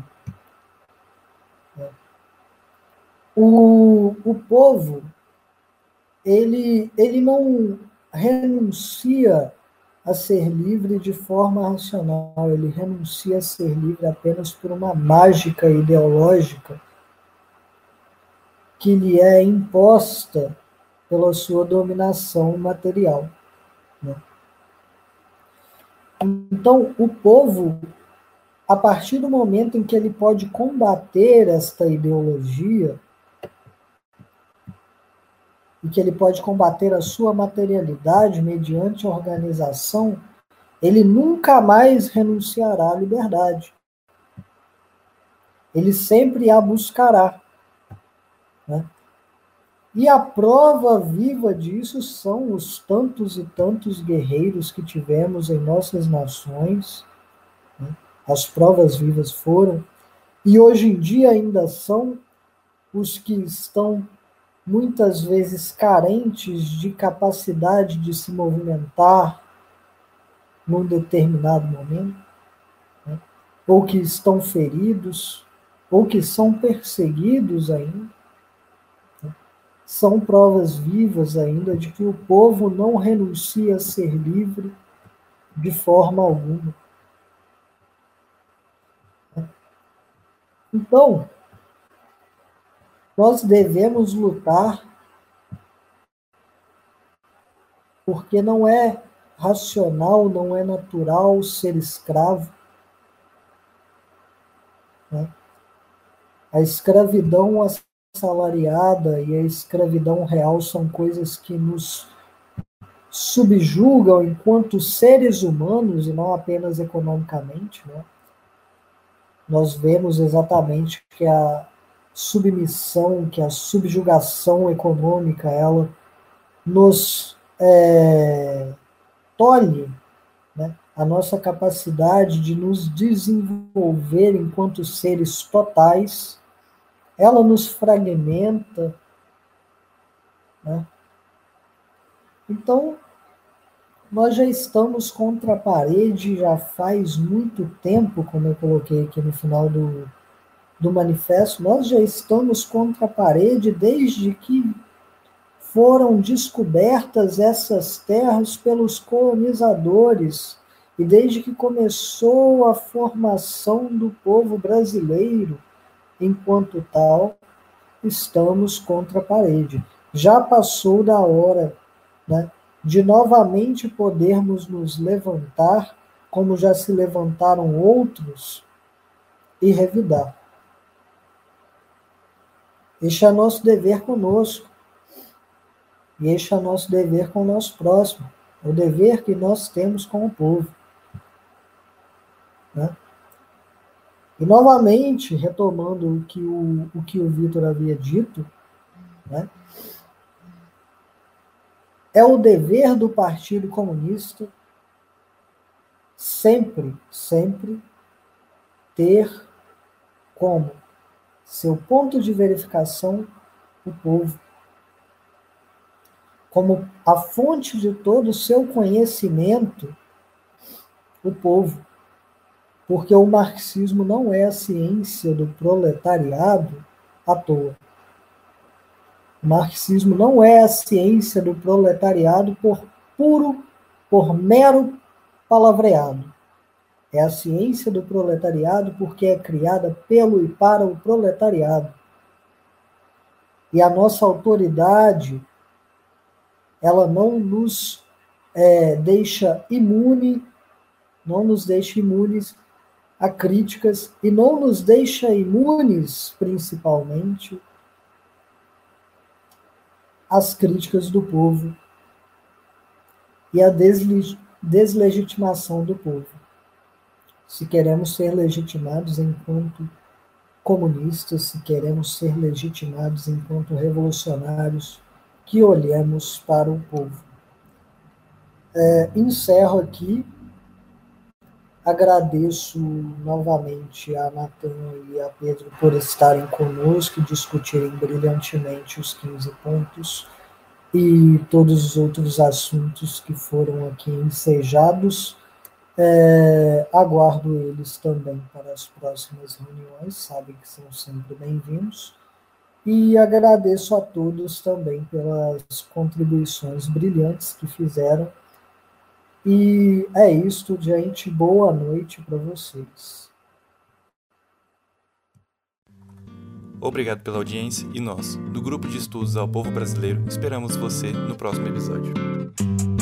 O povo, ele não renuncia a ser livre de forma racional, ele renuncia a ser livre apenas por uma mágica ideológica que lhe é imposta pela sua dominação material, né? Então, o povo, a partir do momento em que ele pode combater esta ideologia, e que ele pode combater a sua materialidade mediante a organização, ele nunca mais renunciará à liberdade. Ele sempre a buscará, né? E a prova viva disso são os tantos e tantos guerreiros que tivemos em nossas nações, né? As provas vivas foram, e hoje em dia ainda são, os que estão muitas vezes carentes de capacidade de se movimentar num determinado momento, né? Ou que estão feridos, ou que são perseguidos ainda, né? São provas vivas ainda de que o povo não renuncia a ser livre de forma alguma. Então, nós devemos lutar, porque não é racional, não é natural ser escravo, né? A escravidão assalariada e a escravidão real são coisas que nos subjugam enquanto seres humanos e não apenas economicamente, né? Nós vemos exatamente que a submissão, que a subjugação econômica, ela nos tolhe, né, a nossa capacidade de nos desenvolver enquanto seres totais, ela nos fragmenta, né? Então, nós já estamos contra a parede já faz muito tempo, como eu coloquei aqui no final do manifesto, nós já estamos contra a parede desde que foram descobertas essas terras pelos colonizadores e desde que começou a formação do povo brasileiro, enquanto tal, estamos contra a parede. Já passou da hora, né, de novamente podermos nos levantar, como já se levantaram outros, e revidar. Este é nosso dever conosco. E este é nosso dever com o nosso próximo. O dever que nós temos com o povo. Né? E novamente, retomando o que o Vitor havia dito, né? É o dever do Partido Comunista sempre, sempre ter como seu ponto de verificação o povo, como a fonte de todo o seu conhecimento o povo, porque o marxismo não é a ciência do proletariado à toa. O marxismo não é a ciência do proletariado por mero palavreado. É a ciência do proletariado porque é criada pelo e para o proletariado. E a nossa autoridade, ela não nos deixa não nos deixa imunes a críticas e não nos deixa imunes, principalmente, às críticas do povo e à deslegitimação do povo. Se queremos ser legitimados enquanto comunistas, se queremos ser legitimados enquanto revolucionários, que olhemos para o povo. Encerro aqui. Agradeço novamente a Natan e a Pedro por estarem conosco e discutirem brilhantemente os 15 pontos e todos os outros assuntos que foram aqui ensejados. Aguardo eles também para as próximas reuniões, sabem que são sempre bem-vindos. E agradeço a todos também pelas contribuições brilhantes que fizeram. E é isto, gente. Boa noite para vocês. Obrigado pela audiência e nós, do Grupo de Estudos ao Povo Brasileiro, esperamos você no próximo episódio.